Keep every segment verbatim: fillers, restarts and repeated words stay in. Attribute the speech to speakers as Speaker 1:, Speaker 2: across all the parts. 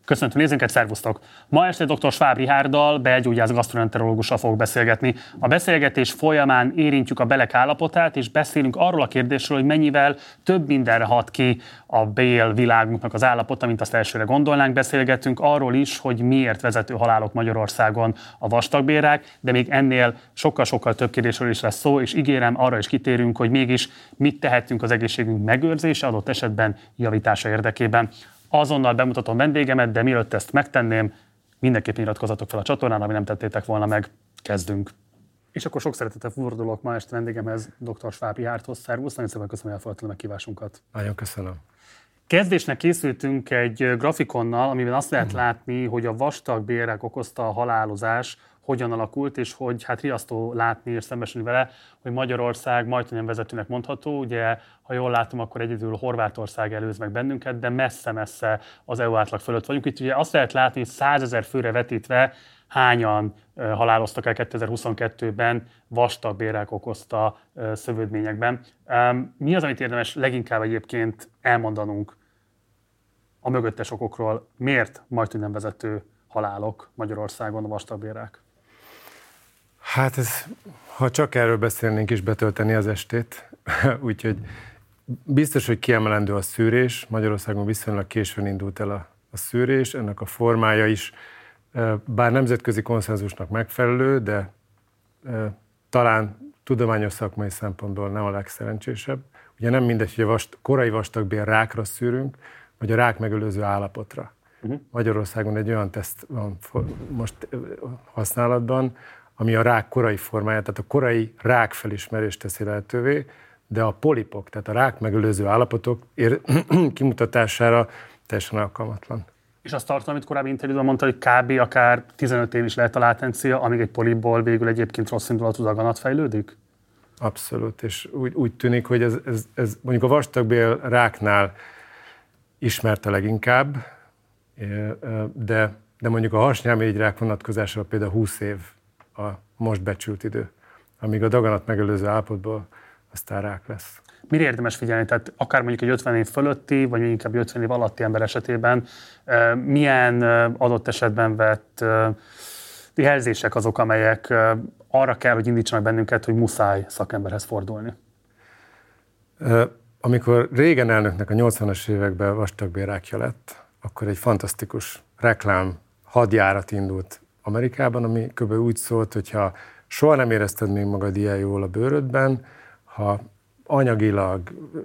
Speaker 1: Köszöntöm nézőinket, szervusztok! Ma este dr. Schwab Richárddal, belgyógyász gasztroenterológussal fogok beszélgetni. A beszélgetés folyamán érintjük a belek állapotát, és beszélünk arról a kérdésről, hogy mennyivel több mindenre hat ki a bélvilágunknak az állapota, mint azt elsőre gondolnánk. Beszélgetünk arról is, hogy miért vezető halálok Magyarországon a vastagbélrák, de még ennél sokkal-sokkal több kérdésről is lesz szó, és ígérem, arra is kitérünk, hogy mégis mit tehetünk az egészségünk megőrzése, adott esetben javítása érdekében. Azonnal bemutatom vendégemet, de mielőtt ezt megtenném, mindenképp iratkozzatok fel a csatornára, ami nem tettétek volna meg. Kezdünk. És akkor sok szeretettel fordulok ma este vendégemhez, dr. Schwab Richárdhoz. Szervusz, nagyon szépen köszönöm, hogy elfogadtad a meghívásunkat.
Speaker 2: Nagyon köszönöm.
Speaker 1: Kezdésnek készültünk egy grafikonnal, amiben azt lehet látni, hogy a vastagbélrák okozta a halálozás hogyan alakult, és hogy hát riasztó látni és szembesülni vele, hogy Magyarország majdnem vezetőnek mondható. Ugye, ha jól látom, akkor egyedül Horvátország előz meg bennünket, de messze-messze az é u átlag fölött vagyunk. Itt ugye azt lehet látni, hogy százezer főre vetítve hányan haláloztak el kétezer-huszonkettőben vastagbélrák okozta szövődményekben. Mi az, amit érdemes leginkább egyébként elmondanunk a mögöttes okokról? Miért majdnem vezető halálok Magyarországon a vastagbélrák?
Speaker 2: Hát ez, ha csak erről beszélnénk is, betölteni az estét. Úgyhogy biztos, hogy kiemelendő a szűrés. Magyarországon viszonylag későn indult el a, a szűrés, ennek a formája is, bár nemzetközi konszenzusnak megfelelő, de e, talán tudományos szakmai szempontból nem a legszerencsésebb. Ugye nem mindegy, hogy a vast, korai vastagbél rákra szűrünk, vagy a rák megelőző állapotra. Uh-huh. Magyarországon egy olyan teszt van most használatban, ami a rák korai formáját, tehát a korai rákfelismerést teszi lehetővé, de a polipok, tehát a rák megelőző állapotok ér- kimutatására teljesen alkalmatlan.
Speaker 1: És azt tartom, amit korábbi interjúban mondta, hogy kb. Akár tizenöt év is lehet a látencia, amíg egy polipból végül egyébként rossz indulatú daganat fejlődik?
Speaker 2: Abszolút, és úgy, úgy tűnik, hogy ez, ez, ez mondjuk a vastagbél ráknál ismert a leginkább, de, de mondjuk a hasnyálmírigyrák vonatkozásában például húsz év a most becsült idő, amíg a daganat megelőző állapotból aztán rák lesz.
Speaker 1: Mire érdemes figyelni? Tehát akár mondjuk egy ötven év fölötti, vagy inkább ötven év alatti ember esetében milyen adott esetben vett jelzések azok, amelyek arra kell, hogy indítsanak bennünket, hogy muszáj szakemberhez fordulni?
Speaker 2: Amikor Reagan elnöknek a nyolcvanas években vastagbélrákja lett, akkor egy fantasztikus reklám hadjárat indult Amerikában, ami kb. Úgy szólt, hogyha soha nem érezted még magad ilyen jól a bőrödben, ha anyagilag,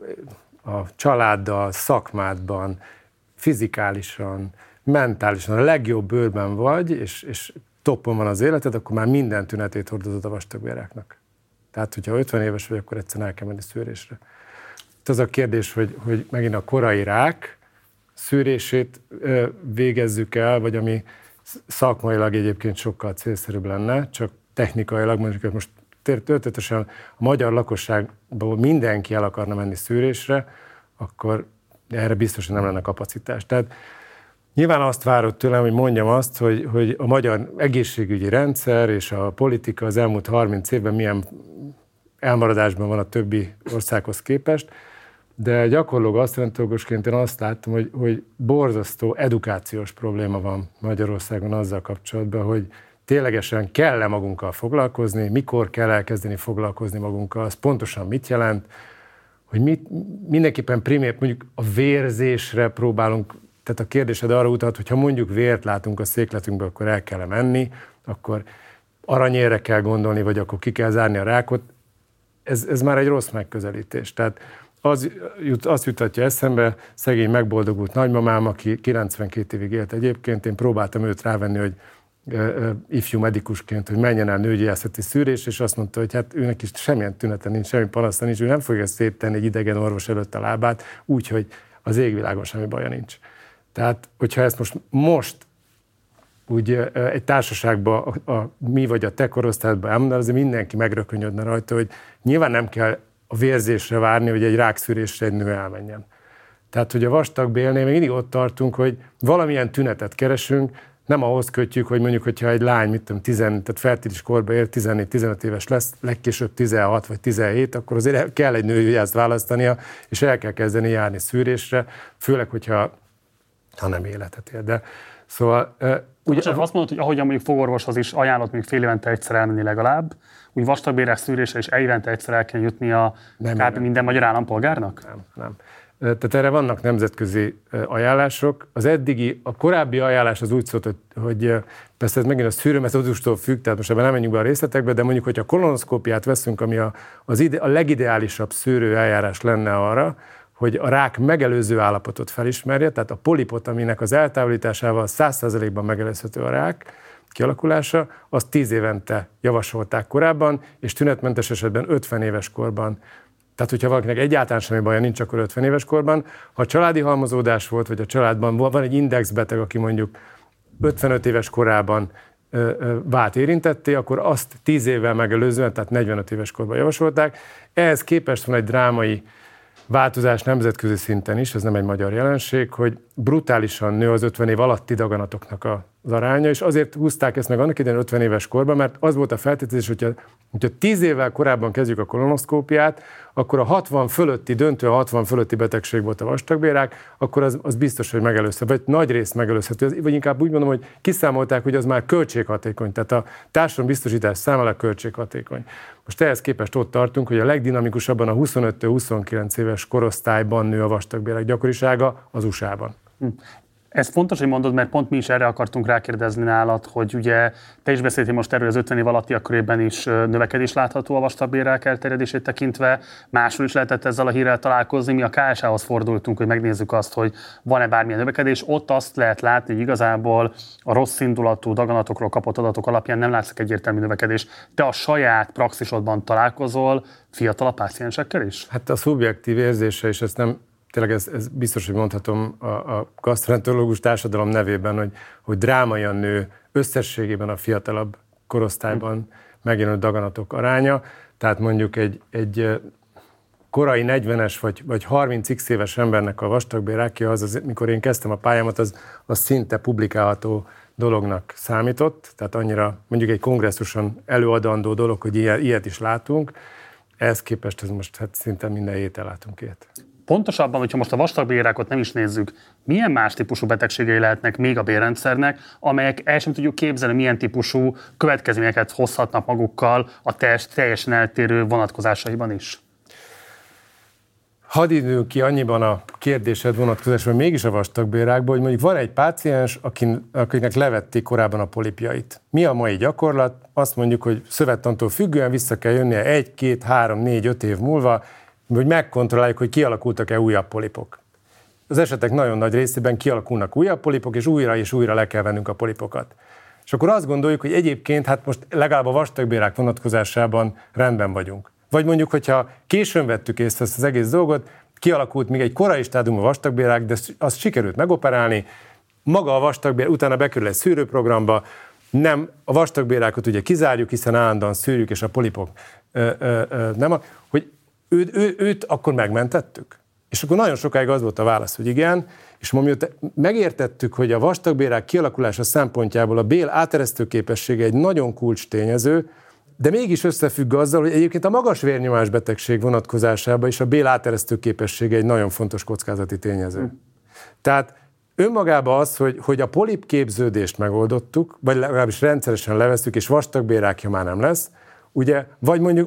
Speaker 2: a családdal, szakmádban, fizikálisan, mentálisan a legjobb bőrben vagy, és, és toppon van az életed, akkor már minden tünetét hordozod a vastagbélráknak. Tehát, hogyha ötven éves vagy, akkor egyszerűen el kell menni szűrésre. Itt az a kérdés, hogy, hogy megint a korai rák szűrését végezzük el, vagy ami szakmailag egyébként sokkal célszerűbb lenne, csak technikailag, mondjuk most történetesen a magyar lakosságból mindenki el akarna menni szűrésre, akkor erre biztosan nem lenne kapacitás. Tehát nyilván azt várod tőlem, hogy mondjam azt, hogy, hogy a magyar egészségügyi rendszer és a politika az elmúlt harminc évben milyen elmaradásban van a többi országhoz képest, de gyakorló gasztroenterológusként én azt láttam, hogy, hogy borzasztó edukációs probléma van Magyarországon azzal kapcsolatban, hogy ténylegesen kell-e magunkkal foglalkozni, mikor kell elkezdeni foglalkozni magunkkal, az pontosan mit jelent, hogy mit, mindenképpen primér, mondjuk a vérzésre próbálunk, tehát a kérdésed arra utat, hogy ha mondjuk vért látunk a székletünkbe, akkor el kell menni, akkor aranyérre kell gondolni, vagy akkor ki kell zárni a rákot. Ez, ez már egy rossz megközelítés. Tehát az, jut, azt jutatja eszembe, szegény megboldogult nagymamám, aki kilencvenkét évig élt egyébként, én próbáltam őt rávenni, hogy ifjú medikusként, hogy menjen el nőgyógyászati szűrés, és azt mondta, hogy hát őnek is semmilyen tünete nincs, semmi panasza nincs, ő nem fogja széttenni egy idegen orvos előtt a lábát, úgyhogy az égvilágon semmi baja nincs. Tehát, hogyha ezt most, most úgy egy társaságban a, a, mi vagy a te korosztályodban elmondaná, azért mindenki megrökönyödne rajta, hogy nyilván nem kell a vérzésre várni, hogy egy rákszűrésre egy nő elmenjen. Tehát, hogy a vastagbélnél még mindig ott tartunk, hogy valamilyen tünetet keresünk, nem ahhoz kötjük, hogy mondjuk, hogyha egy lány, mit tudom, tíz, tehát fertilis korba ér, tizennégy-tizenöt éves lesz, legkésőbb tizenhat vagy tizenhét, akkor azért kell egy nőgyógyászt választania, és el kell kezdeni járni szűrésre, főleg, hogyha ha nem életet él. De szóval...
Speaker 1: Ugye az... azt mondod, hogy ahogyan mondjuk fogorvoshoz is ajánlott mondjuk fél évente egyszer elmenni legalább, úgy vastagbélek szűrésre is évente egyszer el kell jutni a kb. Minden magyar állampolgárnak?
Speaker 2: Nem, nem. Tehát erre vannak nemzetközi ajánlások. Az eddigi, a korábbi ajánlás az úgy szólt, hogy, hogy persze ez megint a szűrőmetódustól függ, tehát most ebben nem menjünk be a részletekbe, de mondjuk, hogyha kolonoszkópiát veszünk, ami a, az ide, a legideálisabb szűrő eljárás lenne arra, hogy a rák megelőző állapotot felismerje, tehát a polipot, aminek az eltávolításával száz százalékban megelőzhető a rák kialakulása, azt tíz évente javasolták korábban, és tünetmentes esetben ötven éves korban. Tehát, hogyha valakinek egyáltalán semmi baja nincs, akkor ötven éves korban. Ha családi halmozódás volt, vagy a családban van egy indexbeteg, aki mondjuk ötvenöt éves korában ö, ö, vált érintetté, akkor azt tíz évvel megelőzően, tehát negyvenöt éves korban javasolták. Ehhez képest van egy drámai változás nemzetközi szinten is, ez nem egy magyar jelenség, hogy brutálisan nő az ötven év alatti daganatoknak az aránya, és azért húzták ezt meg annak idején ötven éves korban, mert az volt a feltételezés, hogyha, hogyha tíz évvel korábban kezdjük a kolonoszkópiát, akkor a hatvan fölötti, döntően hatvan fölötti betegség volt a vastagbélrák, akkor az, az biztos, hogy megelőzhető, vagy nagy részt megelőzhető, vagy inkább úgy mondom, hogy kiszámolták, hogy az már költséghatékony, tehát a társadalombiztosítás számára költséghatékony. Most ehhez képest ott tartunk, hogy a legdinamikusabban a huszonöttől huszonkilenc éves korosztályban nő a vastagbélek gyakorisága az u es á-ban.
Speaker 1: Hm. Ez fontos, hogy mondod, mert pont mi is erre akartunk rákérdezni nálad, hogy ugye te is beszéltél most erről, az ötven év alattiak körében is növekedés látható a vastagbélrák elterjedését tekintve, máshol is lehetett ezzel a hírrel találkozni, mi a ká es á-hoz fordultunk, hogy megnézzük azt, hogy van-e bármilyen növekedés, ott azt lehet látni, hogy igazából a rossz indulatú daganatokról kapott adatok alapján nem látszik egyértelmű növekedés. Te a saját praxisodban találkozol fiatalabb páciensekkel is?
Speaker 2: Hát a szubjektív érzése, és ezt nem tényleg ez, ez biztos, hogy mondhatom a, a gasztroenterológus társadalom nevében, hogy, hogy drámaian nő összességében a fiatalabb korosztályban megjelenő daganatok aránya. Tehát mondjuk egy, egy korai negyvenes vagy, vagy harminc éves embernek a vastagbélrákja az, az, mikor én kezdtem a pályámat, az, az szinte publikálható dolognak számított. Tehát annyira mondjuk egy kongresszuson előadandó dolog, hogy ilyet, ilyet is látunk. Ehhez képest ez most hát szinte minden héten látunk ilyet.
Speaker 1: Pontosabban, hogyha most a vastagbélrákot nem is nézzük, milyen más típusú betegségei lehetnek még a bélrendszernek, amelyek el sem tudjuk képzelni, milyen típusú következményeket hozhatnak magukkal a test teljesen eltérő vonatkozásaiban is?
Speaker 2: Hadd időnk ki annyiban a kérdésed vonatkozásban, hogy mégis a vastagbélrákban, hogy mondjuk van egy páciens, akin, akinek levették korábban a polipjait. Mi a mai gyakorlat? Azt mondjuk, hogy szövettantól függően vissza kell jönnie egy, két, három, négy, öt év múlva, hogy megkontrolláljuk, hogy kialakultak-e újabb polipok. Az esetek nagyon nagy részében kialakulnak újabb polipok, és újra és újra le kell vennünk a polipokat. És akkor azt gondoljuk, hogy egyébként hát most legalább a vastagbélrák vonatkozásában rendben vagyunk. Vagy mondjuk, hogyha későn vettük észre ezt az egész dolgot, kialakult még egy korai stádium a vastagbélrák, de azt sikerült megoperálni, maga a vastagbél, utána bekerül egy szűrőprogramba, nem, a vastagbélrákot ugye kizárjuk, hiszen állandóan szűrjük, és a polipok ö, ö, ö, nem, a, hogy Ő, ő, őt akkor megmentettük? És akkor nagyon sokáig az volt a válasz, hogy igen, és mióta megértettük, hogy a vastagbélrák kialakulása szempontjából a bél áteresztő képessége egy nagyon kulcs tényező, de mégis összefügg azzal, hogy egyébként a magas vérnyomás betegség vonatkozásában is a bél áteresztő képessége egy nagyon fontos kockázati tényező. Hmm. Tehát önmagában az, hogy, hogy a polipképződést megoldottuk, vagy legalábbis rendszeresen levesztük, és vastagbélrákja már nem lesz, ugye, vagy mondjuk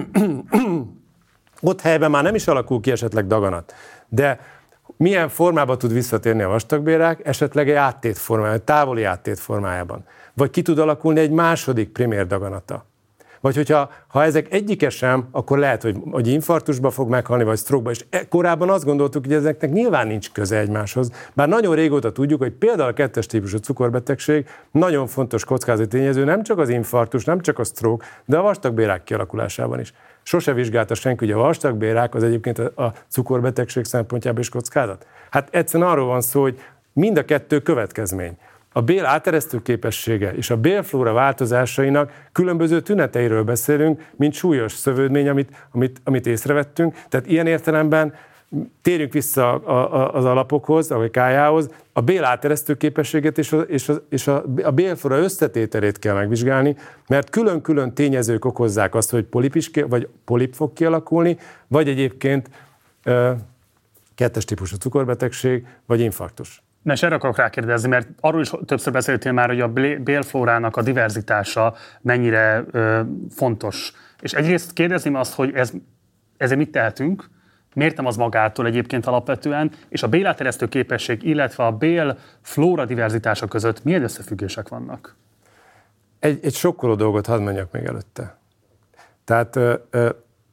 Speaker 2: ott helyben már nem is alakul ki esetleg daganat, de milyen formában tud visszatérni a vastagbélrák? Esetleg egy áttét formájában, egy távoli áttét formájában. Vagy ki tud alakulni egy második primér daganata. Vagy hogyha ha ezek egyike sem, akkor lehet, hogy, hogy infarktusba fog meghalni, vagy stroke-ba. És korábban azt gondoltuk, hogy ezeknek nyilván nincs köze egymáshoz. Bár nagyon régóta tudjuk, hogy például a kettes típusú cukorbetegség nagyon fontos kockázati tényező, nem csak az infarktus, nem csak a stroke, de a vastagbélrák kialakulásában is. Sose vizsgálta senki, hogy a vastagbélrák az egyébként a cukorbetegség szempontjából is kockázat. Hát egyszerűen arról van szó, hogy mind a kettő következmény. A bél áteresztő képessége és a bélflóra változásainak különböző tüneteiről beszélünk, mint súlyos szövődmény, amit, amit, amit észrevettünk. Tehát ilyen értelemben térjünk vissza az alapokhoz, a kájához, a bél áteresztő képességet és a, és a, és a, a bélflóra összetételét kell megvizsgálni, mert külön-külön tényezők okozzák azt, hogy polip, is, vagy polip fog kialakulni, vagy egyébként ö, kettes típusú cukorbetegség, vagy infarktus.
Speaker 1: Na és erre akarok rákérdezni, mert arról is többször beszéltél már, hogy a bélflórának a diverzitása mennyire ö, fontos. És egyrészt kérdezném azt, hogy ez, ezért mit tehetünk, miért nem az magától egyébként alapvetően, és a béláteresztő képesség, illetve a bélflóra diverzitása között milyen összefüggések vannak?
Speaker 2: Egy, egy sokkoló dolgot hadd mondjak még előtte. Tehát ö, ö,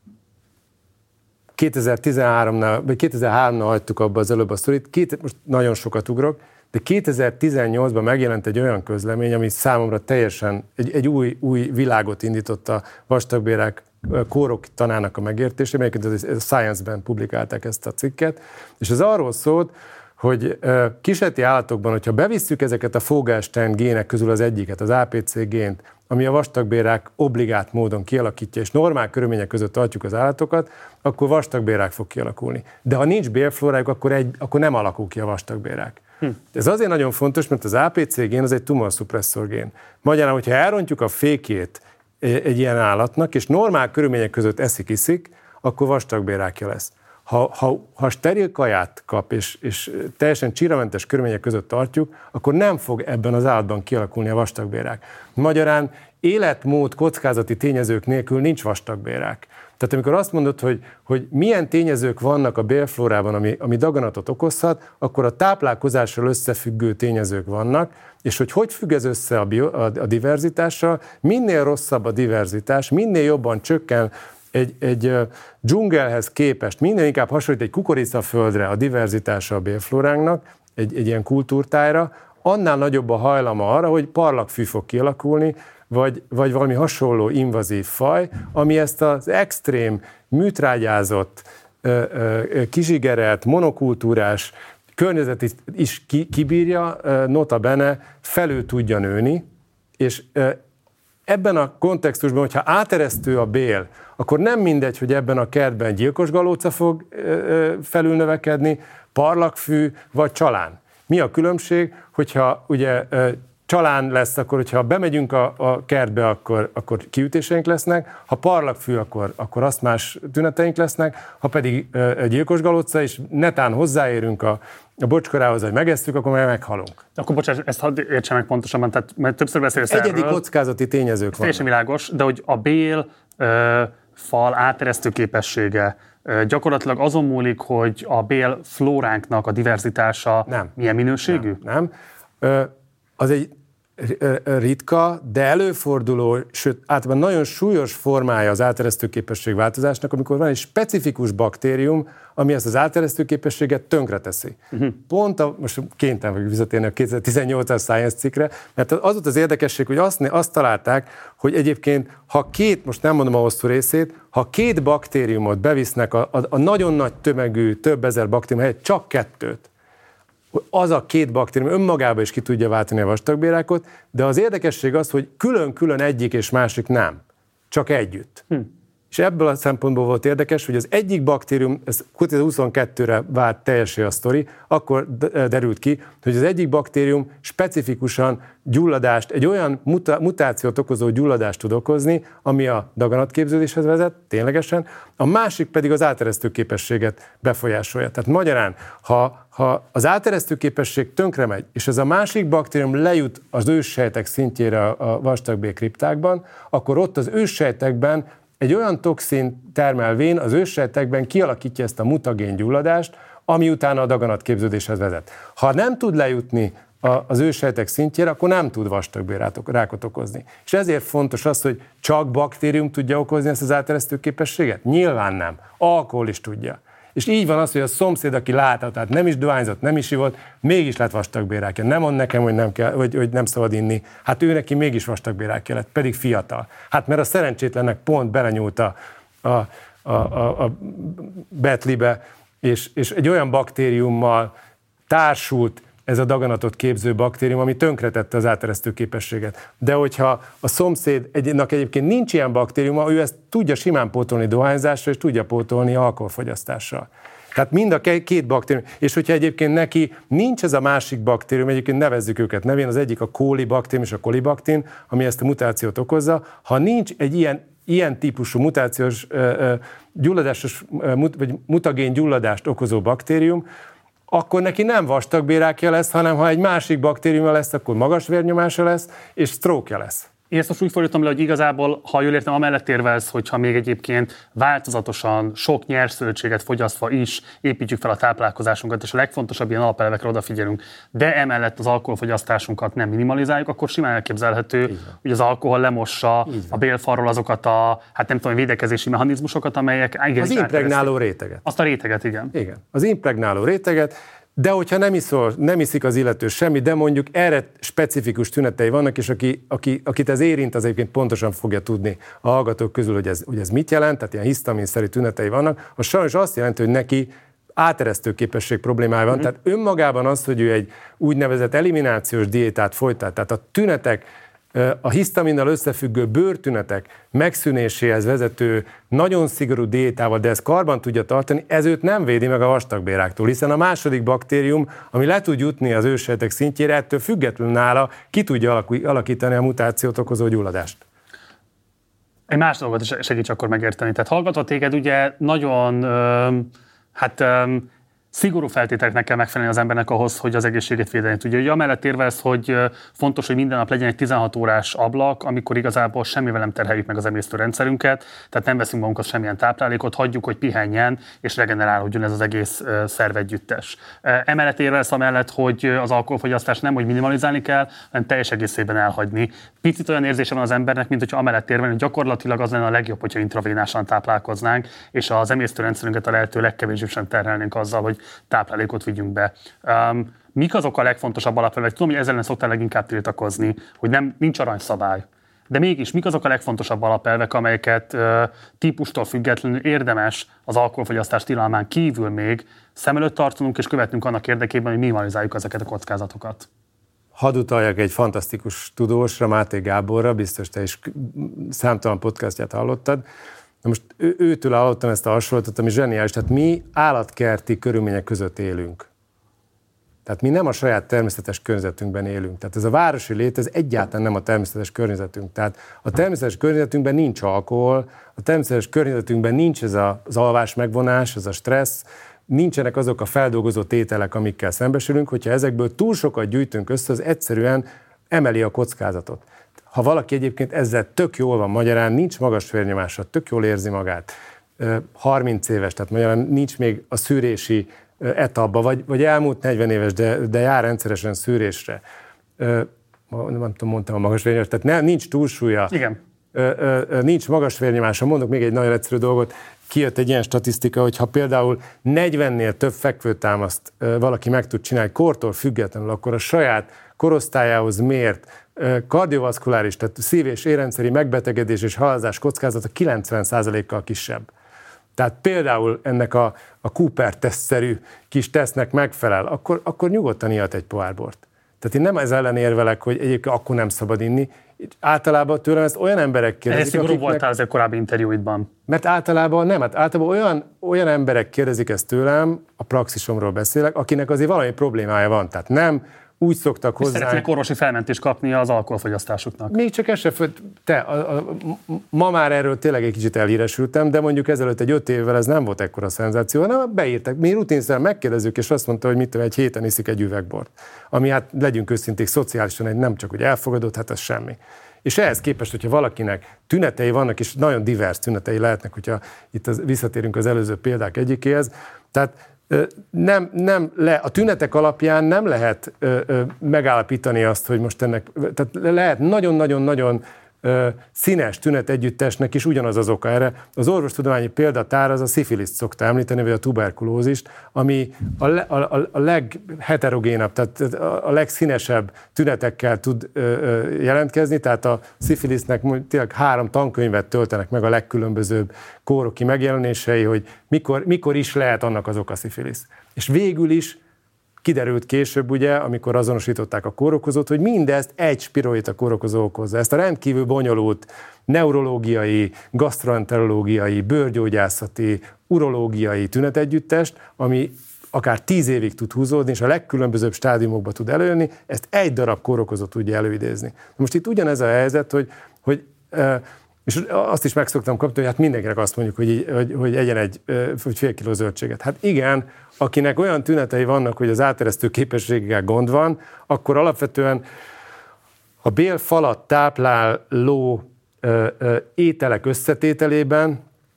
Speaker 2: kétezer-tizenháromnál, vagy kétezer-háromnál hagytuk abba az előbb a sztorit, két, most nagyon sokat ugrok, de kétezer-tizennyolcban megjelent egy olyan közlemény, ami számomra teljesen egy, egy új, új világot indított a vastagbélák kórok tanának a megértésében, egyébként a Science-ben publikálták ezt a cikket, és ez arról szólt, hogy kísérleti állatokban, hogyha bevisszük ezeket a Fogelstein gének közül az egyiket, az á pé cé gént, ami a vastagbélrák obligát módon kialakítja, és normál körülmények között tartjuk az állatokat, akkor vastagbélrák fog kialakulni. De ha nincs bélflórájuk, akkor, egy, akkor nem alakul ki a vastagbélrák. Hm. Ez azért nagyon fontos, mert az á pé cé gén az egy tumorszuppresszor gén. Magyarán, hogyha elrontjuk a fékjét egy ilyen állatnak, és normál körülmények között eszik-iszik, akkor vastagbélrákja lesz. Ha, ha, ha steril kaját kap, és, és teljesen csíramentes körülmények között tartjuk, akkor nem fog ebben az állatban kialakulni a vastagbélrák. Magyarán életmód kockázati tényezők nélkül nincs vastagbélrák. Tehát amikor azt mondod, hogy, hogy milyen tényezők vannak a bélflórában, ami, ami daganatot okozhat, akkor a táplálkozással összefüggő tényezők vannak, és hogy hogy függ ez össze a, bio, a, a diverzitással, minél rosszabb a diverzitás, minél jobban csökken egy, egy uh, dzsungelhez képest, minél inkább hasonlít egy kukoricaföldre a diverzitása a bélflóránknak, egy, egy ilyen kultúrtájra, annál nagyobb a hajlama arra, hogy parlagfű fog kialakulni, vagy, vagy valami hasonló invazív faj, ami ezt az extrém, műtrágyázott, kizsigerelt, monokultúrás környezetet is kibírja, nota bene felül tudja nőni, és ebben a kontextusban, hogyha áteresztő a bél, akkor nem mindegy, hogy ebben a kertben gyilkos galóca fog felülnövekedni, parlagfű vagy csalán. Mi a különbség, hogyha ugye csalán lesz, akkor hogyha bemegyünk a, a kertbe, akkor, akkor kiütéseink lesznek, ha parlagfű, akkor, akkor azt más tüneteink lesznek, ha pedig uh, gyilkos galóca, és netán hozzáérünk a, a bocskorához, hogy megesszük, akkor meg meghalunk.
Speaker 1: Akkor bocsáss, ezt hadd értsem meg pontosan, tehát mert többször beszélsz erről.
Speaker 2: Egyedi kockázati tényezők vannak.
Speaker 1: Teljesen világos, de hogy a bél uh, fal áteresztő képessége uh, gyakorlatilag azon múlik, hogy a bél flóránknak a diverzitása
Speaker 2: nem.
Speaker 1: milyen minőségű?
Speaker 2: Nem. nem. Uh, az egy ritka, de előforduló, sőt általában nagyon súlyos formája az áteresztő képesség változásnak, amikor van egy specifikus baktérium, ami ezt az áteresztő képességet tönkreteszi. Uh-huh. Pont a, most kénytelen vagyok visszatérni a kétezer-tizennyolcas Science cikkre, mert az volt az érdekesség, hogy azt, azt találták, hogy egyébként, ha két, most nem mondom a hosszú részét, ha két baktériumot bevisznek a, a, a nagyon nagy tömegű, több ezer baktérium helyett csak kettőt, az a két baktérium önmagában is ki tudja váltani a vastagbérákot, de az érdekesség az, hogy külön-külön egyik és másik nem, csak együtt. Hm. És ebből a szempontból volt érdekes, hogy az egyik baktérium, ez kétezer-huszonkettőre vált teljesen a sztori, akkor derült ki, hogy az egyik baktérium specifikusan gyulladást, egy olyan muta, mutációt okozó gyulladást tud okozni, ami a daganatképződéshez vezet, ténylegesen, a másik pedig az áteresztő képességet befolyásolja. Tehát magyarán, ha, ha az áteresztő képesség tönkre megy, és ez a másik baktérium lejut az őssejtek szintjére a vastagbél kriptákban, akkor ott az őssejtekben egy olyan toxin termelvén az őssejtekben kialakítja ezt a mutagén gyulladást, ami utána a daganatképződéshez vezet. Ha nem tud lejutni az őssejtek szintjére, akkor nem tud vastagbélrákot okozni. És ezért fontos az, hogy csak baktérium tudja okozni ezt az áteresztő képességet? Nyilván nem. Alkohol is tudja. És így van az, hogy a szomszéd, aki látta, tehát nem is dohányzott, nem is ivott, mégis lett vastagbélrákja. Nem mond nekem, hogy nem, kell, hogy, hogy nem szabad inni. Hát ő neki mégis vastagbélrákja lett, pedig fiatal. Hát mert a szerencsétlennek pont belenyúlt a, a, a, a, a betlibe, és, és egy olyan baktériummal társult ez a daganatot képző baktérium, ami tönkretette az áteresztő képességet. De hogyha a szomszédnak egyébként nincs ilyen baktériuma, ő ezt tudja simán pótolni dohányzással, és tudja pótolni alkoholfogyasztással. Tehát mind a két baktérium. És hogyha egyébként neki nincs ez a másik baktérium, egyébként nevezzük őket nevén, az egyik a kolibaktérium és a kolibaktin, ami ezt a mutációt okozza. Ha nincs egy ilyen, ilyen típusú mutációs, gyulladásos, vagy mutagén gyulladást okozó baktérium, akkor neki nem vastagbélrákja lesz, hanem ha egy másik baktériuma lesz, akkor magas vérnyomása lesz, és stroke-ja lesz.
Speaker 1: Én ezt most úgy fordítom le, hogy igazából, ha jól értem, amellett érvelsz, hogyha még egyébként változatosan sok nyerszövetséget fogyasztva is építjük fel a táplálkozásunkat, és a legfontosabb ilyen alapelvekre odafigyelünk, de emellett az alkoholfogyasztásunkat nem minimalizáljuk, akkor simán elképzelhető, hogy az alkohol lemossa a bélfalról azokat a, hát nem tudom, védekezési mechanizmusokat, amelyek...
Speaker 2: Igen, az impregnáló réteget.
Speaker 1: Azt a réteget, igen.
Speaker 2: Igen, az impregnáló réteget. De hogyha nem, iszol, nem iszik az illető semmi, de mondjuk erre specifikus tünetei vannak, és aki, aki, akit ez érint, az egyébként pontosan fogja tudni a hallgatók közül, hogy ez, hogy ez mit jelent, tehát ilyen hisztaminszerű tünetei vannak, az sajnos azt jelenti, hogy neki áteresztő képesség problémája van, mm-hmm. tehát önmagában az, hogy ő egy úgynevezett eliminációs diétát folytat, tehát a tünetek, a hisztaminnal összefüggő bőrtünetek megszűnéséhez vezető nagyon szigorú diétával, de ezt karban tudja tartani, ez őt nem védi meg a vastagbéráktól, hiszen a második baktérium, ami le tud jutni az őssejtek szintjére, ettől függetlenül nála ki tudja alakítani a mutációt okozó gyulladást.
Speaker 1: Egy más dolgot is segíts akkor megérteni. Tehát hallgatva téged ugye nagyon, öm, hát öm, szigorú feltételeknek kell megfelelni az embernek ahhoz, hogy az egészségét védeni tudja. Ugye amellett érvelsz, hogy fontos, hogy minden nap legyen egy tizenhat órás ablak, amikor igazából semmivel nem terheljük meg az emésztőrendszerünket, tehát nem veszünk magunkhoz semmilyen táplálékot, hagyjuk, hogy pihenjen és regenerálódjon ez az egész szervegyüttes. Emellett érvelsz amellett, hogy az alkoholfogyasztást nem hogy minimalizálni kell, hanem teljes egészében elhagyni. Picit olyan érzése van az embernek, mint hogyha amellett érvelni, hogy gyakorlatilag az lenne a legjobb, hogyha intravénásan táplálkoznánk, és az emésztőrendszerünket a lehető legkevésbé sem terhelnénk azzal, hogy táplálékot vigyünk be. Um, mik azok a legfontosabb alapelvek? Tudom, hogy ezzel ellen szoktál leginkább tiltakozni, hogy nem, nincs aranyszabály. De mégis, mik azok a legfontosabb alapelvek, amelyeket uh, típustól függetlenül érdemes az alkoholfogyasztás tilalmán kívül még szem előtt tartanunk és követnünk annak érdekében, hogy minimalizáljuk ezeket a kockázatokat?
Speaker 2: Hadd utaljak egy fantasztikus tudósra, Máté Gáborra, biztos te is számtalan podcastját hallottad. Na most ő, őtől hallottam ezt a hasonlatot, ami zseniális. Tehát mi állatkerti körülmények között élünk. Tehát mi nem a saját természetes környezetünkben élünk. Tehát ez a városi lét, ez egyáltalán nem a természetes környezetünk. Tehát a természetes környezetünkben nincs alkohol, a természetes környezetünkben nincs ez az alvás megvonás, ez a stressz, nincsenek azok a feldolgozó tételek, amikkel szembesülünk, hogyha ezekből túl sokat gyűjtünk össze, az egyszerűen emeli a kockázatot. Ha valaki egyébként ezzel tök jól van magyarán, nincs magas vérnyomása, tök jól érzi magát, harminc éves, tehát magyarán nincs még a szűrési etapba, vagy, vagy elmúlt negyven éves, de, de jár rendszeresen szűrésre. Nem tudom, mondtam a magas vérnyomás, tehát ne, nincs túlsúlya,
Speaker 1: igen.
Speaker 2: Nincs magas vérnyomása. Mondok még egy nagyon egyszerű dolgot, kijött egy ilyen statisztika, hogy ha például negyvennél több fekvőtámaszt valaki meg tud csinálni kortól függetlenül, akkor a saját korosztályához mért kardiovaszkuláris, tehát szív- és érrendszeri megbetegedés és halálozás kockázata kilencven százalékkal kisebb. Tehát például ennek a, a Cooper-tesztszerű kis tesztnek megfelel, akkor, akkor nyugodtan ihat egy pohár bort. Tehát én nem ez ellen érvelek, hogy egyébként akkor nem szabad inni. Általában tőlem ezt olyan emberek kérdezik,
Speaker 1: Ez szigorú voltál az korábbi interjúidban.
Speaker 2: Mert általában nem, hát általában olyan, olyan emberek kérdezik ezt tőlem, a praxisomról beszélek, akinek azért valami problémája van. Tehát nem úgy szoktak hozzá.
Speaker 1: Szeretnék orvosi felmentést kapni az alkoholfogyasztásuknak.
Speaker 2: Még csak ez se föl, te, a, a, ma már erről tényleg egy kicsit elhíresültem, de mondjuk ezelőtt egy öt évvel ez nem volt ekkora szenzáció, hanem beírtak. Mi rutinszerűen megkérdezzük, és azt mondta, hogy mit tudom, egy héten iszik egy üvegbort. Ami hát legyünk őszinték, szociálisan egy nem csak, hogy elfogadott, hát ez semmi. És ehhez képest, hogyha valakinek tünetei vannak, és nagyon divers tünetei lehetnek, hogyha itt az, visszatérünk az előző példák egyikéhez, tehát Nem, nem le, a tünetek alapján nem lehet ö, ö, megállapítani azt, hogy most ennek, tehát lehet nagyon-nagyon-nagyon ö, színes tünetegyüttesnek is ugyanaz az oka erre. Az orvostudományi példatár az a szifiliszt szokta említeni, vagy a tuberkulózist, ami a, le, a, a legheterogénabb, tehát a legszínesebb tünetekkel tud ö, ö, jelentkezni, tehát a szifilisztnek tényleg három tankönyvet töltenek meg a legkülönbözőbb kóroki megjelenései, hogy mikor, mikor is lehet annak az oka szifilisz. És végül is kiderült később, ugye, amikor azonosították a kórokozót, hogy mindezt egy spiroita kórokozó okozza. Ezt a rendkívül bonyolult neurológiai, gastroenterológiai, bőrgyógyászati, urológiai tünetegyüttest, ami akár tíz évig tud húzódni, és a legkülönbözőbb stádiumokba tud előjönni, ezt egy darab kórokozó tudja előidézni. Most itt ugyanez a helyzet, hogy, hogy És azt is meg szoktam kapni, hogy hát mindenkinek azt mondjuk, hogy, hogy, hogy egyen egy hogy fél kiló zöldséget. Hát igen, akinek olyan tünetei vannak, hogy az áteresztő képességgel gond van, akkor alapvetően a bélfalat tápláló ö, ö, ételek összetételében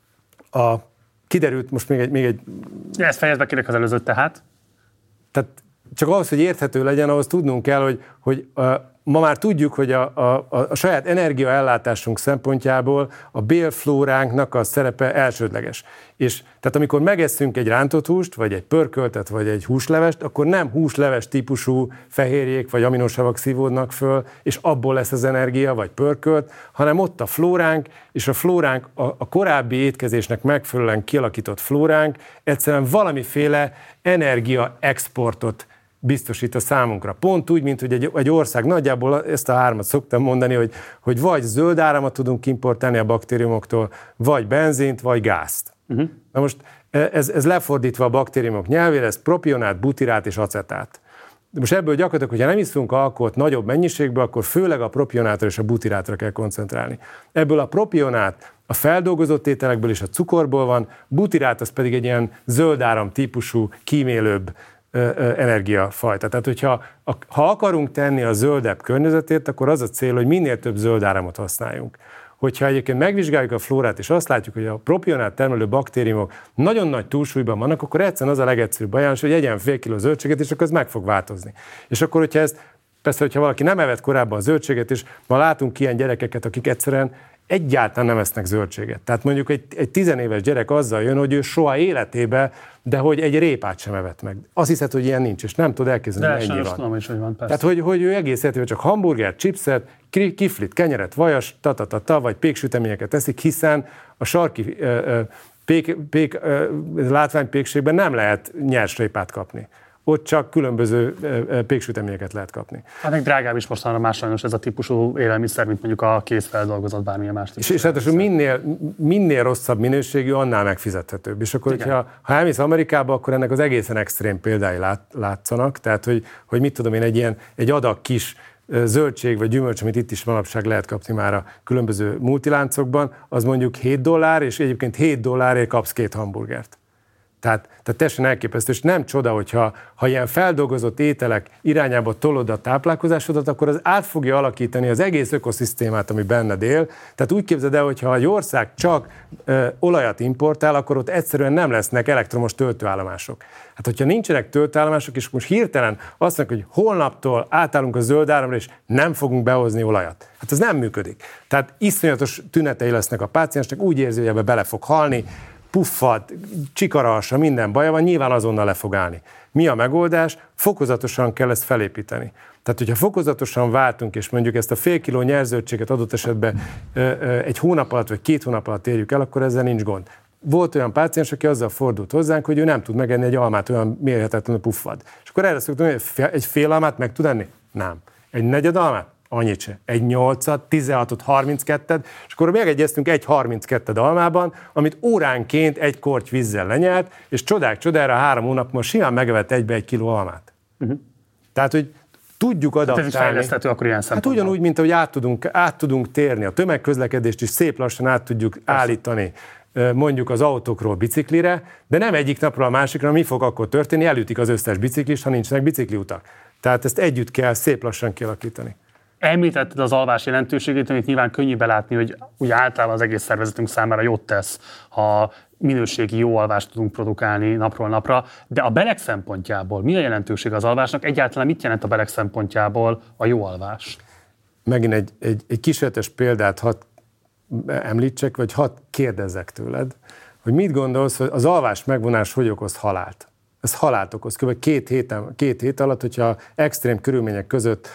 Speaker 2: a, kiderült most még egy... Még egy
Speaker 1: Ezt fejezd kérlek az előzőt tehát.
Speaker 2: Tehát csak ahhoz, hogy érthető legyen, ahhoz tudnunk kell, hogy, hogy a, ma már tudjuk, hogy a, a, a saját energiaellátásunk szempontjából a bélflóránknak a szerepe elsődleges. És tehát amikor megesszünk egy rántott húst, vagy egy pörköltet, vagy egy húslevest, akkor nem húsleves típusú fehérjék vagy aminosavak szívódnak föl, és abból lesz az energia, vagy pörkölt, hanem ott a flóránk, és a flóránk, a, a korábbi étkezésnek megfelelően kialakított flóránk egyszerűen valamiféle energiaexportot biztosít a számunkra. Pont úgy, mint hogy egy, egy ország, nagyjából ezt a hármat szoktam mondani, hogy, hogy vagy zöld áramot tudunk importálni a baktériumoktól, vagy benzint, vagy gázt. Uh-huh. Na most ez, ez lefordítva a baktériumok nyelvére, ez propionát, butirát és acetát. De most ebből gyakorlatilag, hogyha nem iszunk alkoholt nagyobb mennyiségben, akkor főleg a propionátra és a butirátra kell koncentrálni. Ebből a propionát a feldolgozott ételekből és a cukorból van, butirát az pedig egy ilyen zöld áram típusú, kímélőbb energiafajta. Tehát, hogyha ha akarunk tenni a zöldebb környezetét, akkor az a cél, hogy minél több zöld áramot használjunk. Hogyha egyébként megvizsgáljuk a flórát, és azt látjuk, hogy a propionát termelő baktériumok nagyon nagy túlsúlyban vannak, akkor egyszerűen az a legegyszerűbb ajánlás, hogy egyen fél kiló zöldséget, és akkor ez meg fog változni. És akkor, hogyha ezt, persze, hogyha valaki nem evett korábban a zöldséget, és ma látunk ilyen gyerekeket, akik egyszerűen egyáltalán nem esznek zöldséget. Tehát mondjuk egy, egy tizenéves gyerek azzal jön, hogy ő soha életébe, de hogy egy répát sem evett meg. Azt hiszed, hogy ilyen nincs, és nem tud elképzelni, hogy ennyi van.
Speaker 1: Tudom is, hogy van, persze.
Speaker 2: Tehát, hogy, hogy ő egész életében csak hamburgert, chipset, kiflit, kenyeret, vajas, tatatata, vagy péksüteményeket eszik, hiszen a sarki ö, ö, pék, pék, ö, látványpékségben nem lehet nyers répát kapni. Ott csak különböző péksüteményeket lehet kapni.
Speaker 1: Hát meg drágább is mostanra más sajnos ez a típusú élelmiszer, mint mondjuk a kézfeldolgozott bármilyen más típusú.
Speaker 2: És, és hát minél, minél rosszabb minőségű, annál megfizethetőbb. És akkor, hogyha, ha elmész Amerikába, akkor ennek az egészen extrém példái lát, látszanak. Tehát, hogy, hogy mit tudom én, egy ilyen egy adag kis zöldség vagy gyümölcs, amit itt is manapság lehet kapni már a különböző multiláncokban, az mondjuk hét dollár, és egyébként hét dollárért kapsz két hamburgert. Tehát, tehát teljesen elképesztő, és nem csoda, hogyha ha ilyen feldolgozott ételek irányába tolod a táplálkozásodat, akkor az át fogja alakítani az egész ökoszisztémát, ami benned él. Tehát úgy képzeld el, hogyha egy ország csak ö, olajat importál, akkor ott egyszerűen nem lesznek elektromos töltőállomások. Hát, hogyha nincsenek töltőállomások, és most hirtelen azt mondjuk, hogy holnaptól átállunk a zöld áramra, és nem fogunk behozni olajat. Hát ez nem működik. Tehát iszonyatos tünetei lesznek a páciensnek, úgy érzi, hogy ebbe bele fog halni, puffad, csikaralsa, minden baja van, nyilván azonnal le fog állni. Mi a megoldás? Fokozatosan kell ezt felépíteni. Tehát, hogyha fokozatosan váltunk, és mondjuk ezt a fél kiló nyerzöldséget adott esetben egy hónap alatt, vagy két hónap alatt érjük el, akkor ezzel nincs gond. Volt olyan páciens, aki azzal fordult hozzánk, hogy ő nem tud megenni egy almát, olyan mérhetetlenül puffad. És akkor erre szoktam, hogy egy fél almát meg tud enni? Nem. Egy negyed almát? Annyit se. Egy nyolcat, tizenhatot, harminckettőt, és akkor megegyeztünk egy harminckettő almában, amit óránként egy korty vízzel lenyelt, és csodák csodára három hónapban simán megevett egybe egy kiló almát. Uh-huh. Tehát, hogy tudjuk adaptálni. Hát ez is
Speaker 1: fejleszthető akkor ilyen szempontból.
Speaker 2: Hát ugyanúgy, mint ahogy át tudunk, át tudunk térni. A tömegközlekedést is szép lassan át tudjuk Persze. állítani mondjuk az autókról biciklire, de nem egyik napról a másikra, mi fog akkor történni, elütik az összes biciklist, ha nincsenek bicikliutak. Tehát ezt együtt kell szép lassan kialakítani.
Speaker 1: Említetted az alvás jelentőségét, amit nyilván könnyű belátni, hogy úgy általában az egész szervezetünk számára jót tesz, ha minőségi jó alvást tudunk produkálni napról napra, de a beleg szempontjából mi a jelentőség az alvásnak? Egyáltalán mit jelent a beleg szempontjából a jó alvás?
Speaker 2: Megint egy, egy, egy kísérletes példát hadd említsek, vagy hadd kérdezzek tőled, hogy mit gondolsz, hogy az alvás megvonás hogy okoz halált? Ez halált okoz. Kb. Két, héten, két hét alatt, hogyha extrém körülmények között,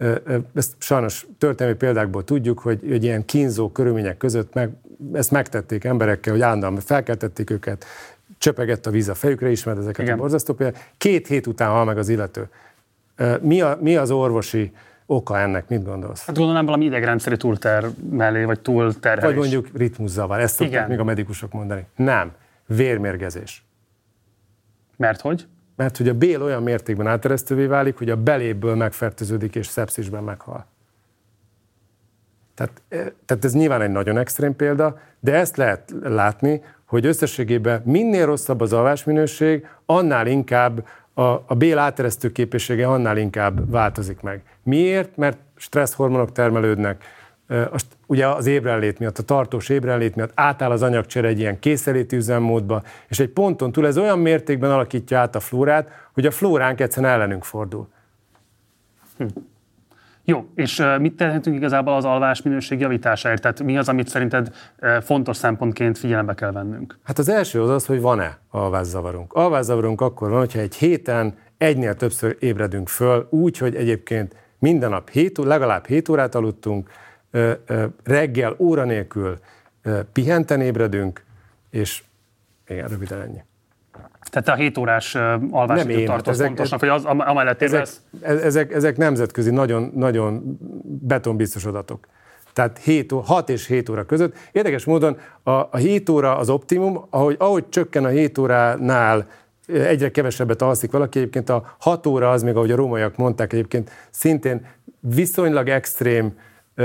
Speaker 2: ezt sajnos történelmi példákból tudjuk, hogy, hogy ilyen kínzó körülmények között meg, ezt megtették emberekkel, hogy állandóan felkeltették őket, csöpegett a víz a fejükre, ismered ezeket Igen. a borzasztó példák. Két hét után hal meg az illető. Mi, a, mi az orvosi oka ennek, mit gondolsz?
Speaker 1: Hát gondolom valami idegrendszeri túltermelé, vagy túlterhelés.
Speaker 2: Vagy mondjuk ritmuszavar, ezt szokták még a medikusok mondani. Nem, vérmérgezés.
Speaker 1: Mert hogy?
Speaker 2: Mert hogy a bél olyan mértékben áteresztővé válik, hogy a beléből megfertőződik és szepszisben meghal. Tehát, tehát ez nyilván egy nagyon extrém példa, de ezt lehet látni, hogy összességében minél rosszabb az alvásminőség, annál inkább a, a bél áteresztő képessége annál inkább változik meg. Miért? Mert stresszhormonok termelődnek, ugye az ébrenlét miatt, a tartós ébrenlét miatt átáll az anyagcsere egy ilyen készenléti üzemmódba, és egy ponton túl ez olyan mértékben alakítja át a flórát, hogy a flóránk egyszerűen ellenünk fordul.
Speaker 1: Hm. Jó, és mit tehetünk igazából az alvás minőség javításáért? Tehát mi az, amit szerinted fontos szempontként figyelembe kell vennünk?
Speaker 2: Hát az első az az, hogy van-e alvászavarunk. Alvászavarunk akkor van, hogyha egy héten egynél többször ébredünk föl, úgy, hogy egyébként minden nap hét, legalább hét órát aludtunk, reggel óra nélkül pihenten ébredünk, és igen, röviden ennyi.
Speaker 1: Tehát a hét órás alvásidőt tartasz fontosnak, hogy az amellett
Speaker 2: ezek, ezek, ezek nemzetközi, nagyon, nagyon betonbiztos adatok. Tehát hat és hét óra között. Érdekes módon a, a hét óra az optimum, ahogy, ahogy csökken a hét óránál egyre kevesebbet alszik valaki, egyébként a hat óra az, még ahogy a rómaiak mondták, egyébként szintén viszonylag extrém,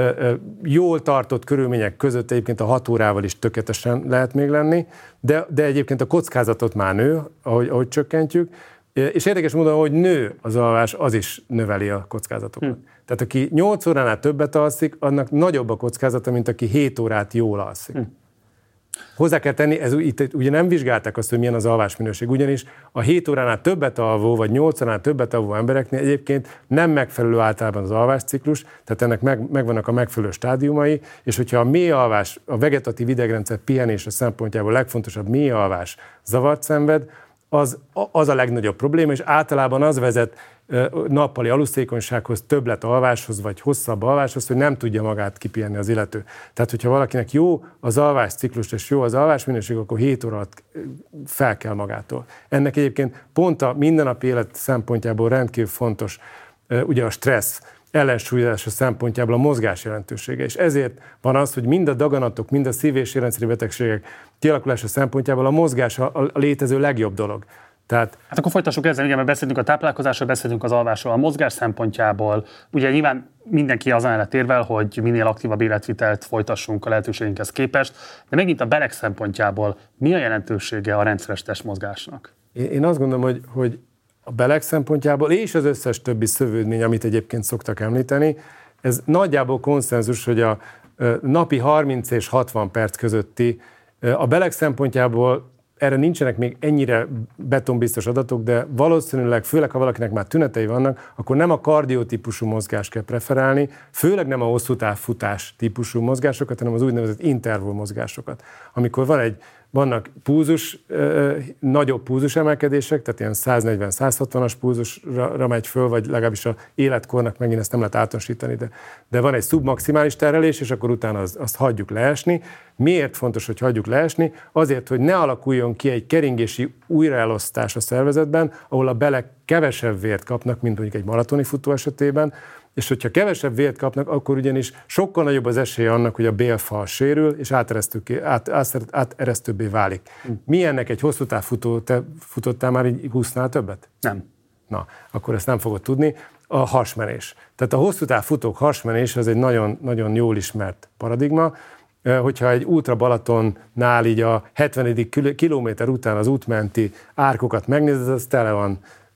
Speaker 2: jól tartott körülmények között egyébként a hat órával is tökéletesen lehet még lenni, de, de egyébként a kockázatot már nő, ahogy, ahogy csökkentjük, és érdekes módon, hogy nő az alvás, az is növeli a kockázatokat. Hm. Tehát aki nyolc óránál többet alszik, annak nagyobb a kockázata, mint aki hét órát jól alszik. Hm. Hozzá kell tenni, ez, itt ugye nem vizsgálták azt, hogy milyen az alvásminőség, ugyanis a hét óránál többet alvó, vagy nyolc óránál többet alvó embereknél egyébként nem megfelelő általában az alvásciklus, tehát ennek meg, megvannak a megfelelő stádiumai, és hogyha a mély alvás, a vegetatív idegrendszer pihenése szempontjából legfontosabb mély alvás zavart szenved, az, az a legnagyobb probléma, és általában az vezet nappali alusztékonysághoz, többlet alváshoz, vagy hosszabb alváshoz, hogy nem tudja magát kipihenni az illető. Tehát, hogyha valakinek jó az alvásciklus, és jó az alvásminőség, akkor hét óra alatt fel kell magától. Ennek egyébként pont a mindennapi élet szempontjából rendkívül fontos, ugye a stressz ellensúlyozása szempontjából a mozgás jelentősége. És ezért van az, hogy mind a daganatok, mind a szív- és érrendszeri betegségek kialakulása szempontjából a mozgás a, a létező legjobb dolog. Tehát...
Speaker 1: Hát akkor folytassuk ezzel, ugye, mert beszélünk a táplálkozásról, beszélünk az alvásról, a mozgás szempontjából. Ugye nyilván mindenki az mellett érvel, hogy minél aktívabb életvitelt folytassunk a lehetőségünkhez képest, de megint a beleg szempontjából mi a jelentősége a rendszeres testmozgásnak?
Speaker 2: Én azt gondolom, hogy, hogy a beleg szempontjából és az összes többi szövődmény, amit egyébként szoktak említeni, ez nagyjából konszenzus, hogy a napi harminc és hatvan perc közötti, a beleg szempontjából erre nincsenek még ennyire betonbiztos adatok, de valószínűleg, főleg ha valakinek már tünetei vannak, akkor nem a kardiotípusú mozgást kell preferálni, főleg nem a hosszú távfutás típusú mozgásokat, hanem az úgynevezett interval mozgásokat. Amikor van egy, vannak púzus, nagyobb púzus emelkedések, tehát ilyen száznegyven-százhatvanas púzusra megy föl, vagy legalábbis az életkornak megint ezt nem lehet általánosítani, de, de van egy szubmaximális terhelés, és akkor utána azt, azt hagyjuk leesni. Miért fontos, hogy hagyjuk leesni? Azért, hogy ne alakuljon ki egy keringési újraelosztás a szervezetben, ahol a belek kevesebb vért kapnak, mint mondjuk egy maratoni futó esetében, és hogyha kevesebb vért kapnak, akkor ugyanis sokkal nagyobb az esélye annak, hogy a bélfal sérül, és áteresztőbbé, át, áteresztőbbé válik. Mi ennek egy hosszú táv futó, te futottál már így húsznál többet?
Speaker 1: Nem.
Speaker 2: Na, akkor ezt nem fogod tudni. A hasmenés. Tehát a hosszú táv futók hasmenés az egy nagyon, nagyon jól ismert paradigma. Hogyha egy Ultra Balatonnál így a hetvenedik kilométer után az útmenti árkokat megnézed, az tele van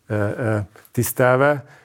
Speaker 2: tisztelve,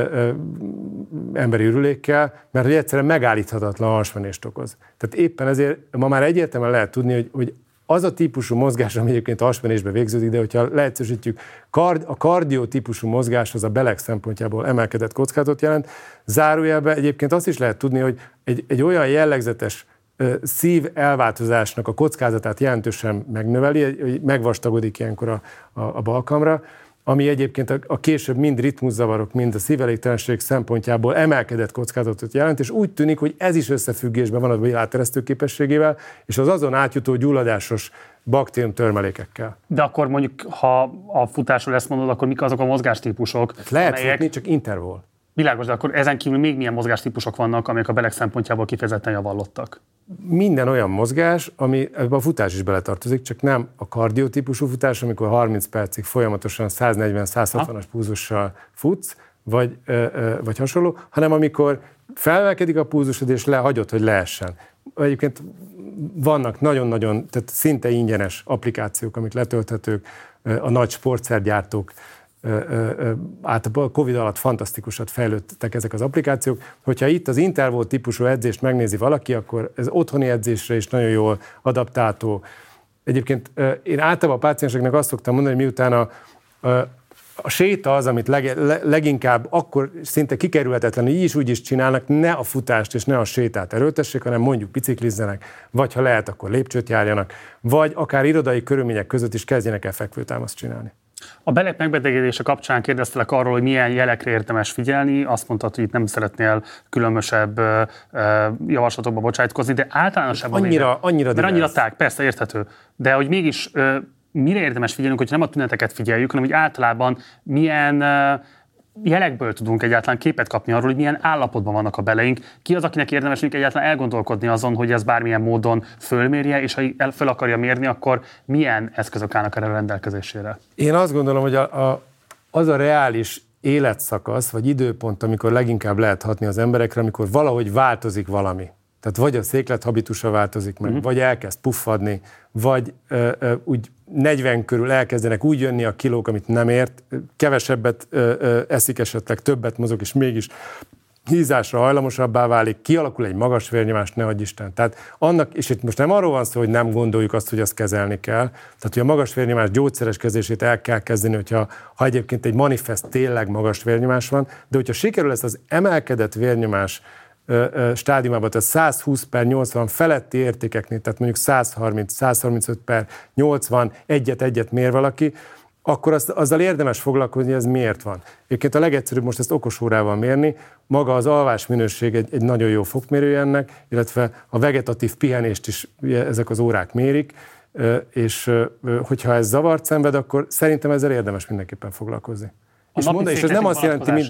Speaker 2: emberi ürülékkel, mert hogy egyszerűen megállíthatatlan hasmenést okoz. Tehát éppen ezért ma már egyértelműen lehet tudni, hogy, hogy az a típusú mozgás, ami egyébként a hasmenésbe végződik, de hogyha leegyszerűsítjük, a kardió típusú mozgás az a beleg szempontjából emelkedett kockázatot jelent. Zárójelben egyébként azt is lehet tudni, hogy egy, egy olyan jellegzetes szív elváltozásnak a kockázatát jelentősen megnöveli, hogy megvastagodik ilyenkor a, a, a balkamra, ami egyébként a, a később mind ritmuszavarok, mind a szívelégtelenség szempontjából emelkedett kockázatot jelent, és úgy tűnik, hogy ez is összefüggésben van a bél áteresztő képességével, és az azon átjutó gyulladásos baktérium törmelékekkel.
Speaker 1: De akkor mondjuk, ha a futásról ezt mondod, akkor mik azok a mozgástípusok?
Speaker 2: Lehet amelyek... futni, csak interval.
Speaker 1: Világos, de akkor ezen kívül még milyen mozgástípusok vannak, amelyek a beleg szempontjából kifejezetten javallottak?
Speaker 2: Minden olyan mozgás, ami ebbe a futás is beletartozik, csak nem a kardiotípusú futás, amikor harminc percig folyamatosan száznegyven-százhatvanas pulzussal futsz, vagy, vagy hasonló, hanem amikor felmelkedik a pulzusod, és lehagyod, hogy leessen. Egyébként vannak nagyon-nagyon, tehát szinte ingyenes applikációk, amik letölthetők, a nagy sportszergyártók, általában a Covid alatt fantasztikusat fejlődtek ezek az applikációk. Hogyha itt az interval típusú edzést megnézi valaki, akkor ez otthoni edzésre is nagyon jól adaptálható. Egyébként én általában a pácienseknek azt szoktam mondani, hogy miután a, a, a séta az, amit leg, leginkább akkor szinte kikerülhetetlen, így is úgy is csinálnak, ne a futást és ne a sétát erőltessék, hanem mondjuk biciklizzenek, vagy ha lehet, akkor lépcsőt járjanak, vagy akár irodai körülmények között is kezdjenek el fekvőtámaszt csinálni.
Speaker 1: A belek megbetegedése kapcsán kérdeztelek arról, hogy milyen jelekre érdemes figyelni. Azt mondtad, hogy itt nem szeretnél különösebb ö, ö, javaslatokba bocsájtkozni, de általánosabban...
Speaker 2: Annyira, véle, annyira
Speaker 1: Mert annyira tág, persze, érthető. De hogy mégis ö, mire érdemes figyelnünk, hogy nem a tüneteket figyeljük, hanem hogy általában milyen ö, jelekből tudunk egyáltalán képet kapni arról, hogy milyen állapotban vannak a beleink. Ki az, akinek érdemes egyáltalán elgondolkodni azon, hogy ez bármilyen módon fölmérje, és ha föl akarja mérni, akkor milyen eszközök állnak erre rendelkezésére?
Speaker 2: Én azt gondolom, hogy a, a, az a reális életszakasz, vagy időpont, amikor leginkább lehet hatni az emberekre, amikor valahogy változik valami. Tehát vagy a széklethabitusa változik meg, uh-huh. vagy elkezd puffadni, vagy ö, ö, úgy negyven körül elkezdenek úgy jönni a kilók, amit nem ért, kevesebbet ö, ö, eszik esetleg, többet mozog, és mégis hízásra hajlamosabbá válik, kialakul egy magas vérnyomás, ne adj Isten. Tehát annak, és itt most nem arról van szó, hogy nem gondoljuk azt, hogy azt kezelni kell. Tehát, hogy a magas vérnyomás gyógyszeres kezelését el kell kezdeni, hogyha ha egyébként egy manifest tényleg magas vérnyomás van, de hogyha sikerül ezt az emelkedett vérnyomás stádiumában, tehát száz húsz per nyolcvan feletti értékeknél, tehát mondjuk száz harminc száz harmincöt per nyolcvan egyet-egyet mér valaki, akkor azt, azzal érdemes foglalkozni, hogy ez miért van. Egyébként a legegyszerűbb most ezt okos órával mérni, maga az alvás minőség egy, egy nagyon jó fokmérője ennek, illetve a vegetatív pihenést is ezek az órák mérik, és hogyha ez zavart szenved, akkor szerintem ezzel érdemes mindenképpen foglalkozni.
Speaker 1: A
Speaker 2: és, mondd, és ez nem azt jelenti, mind...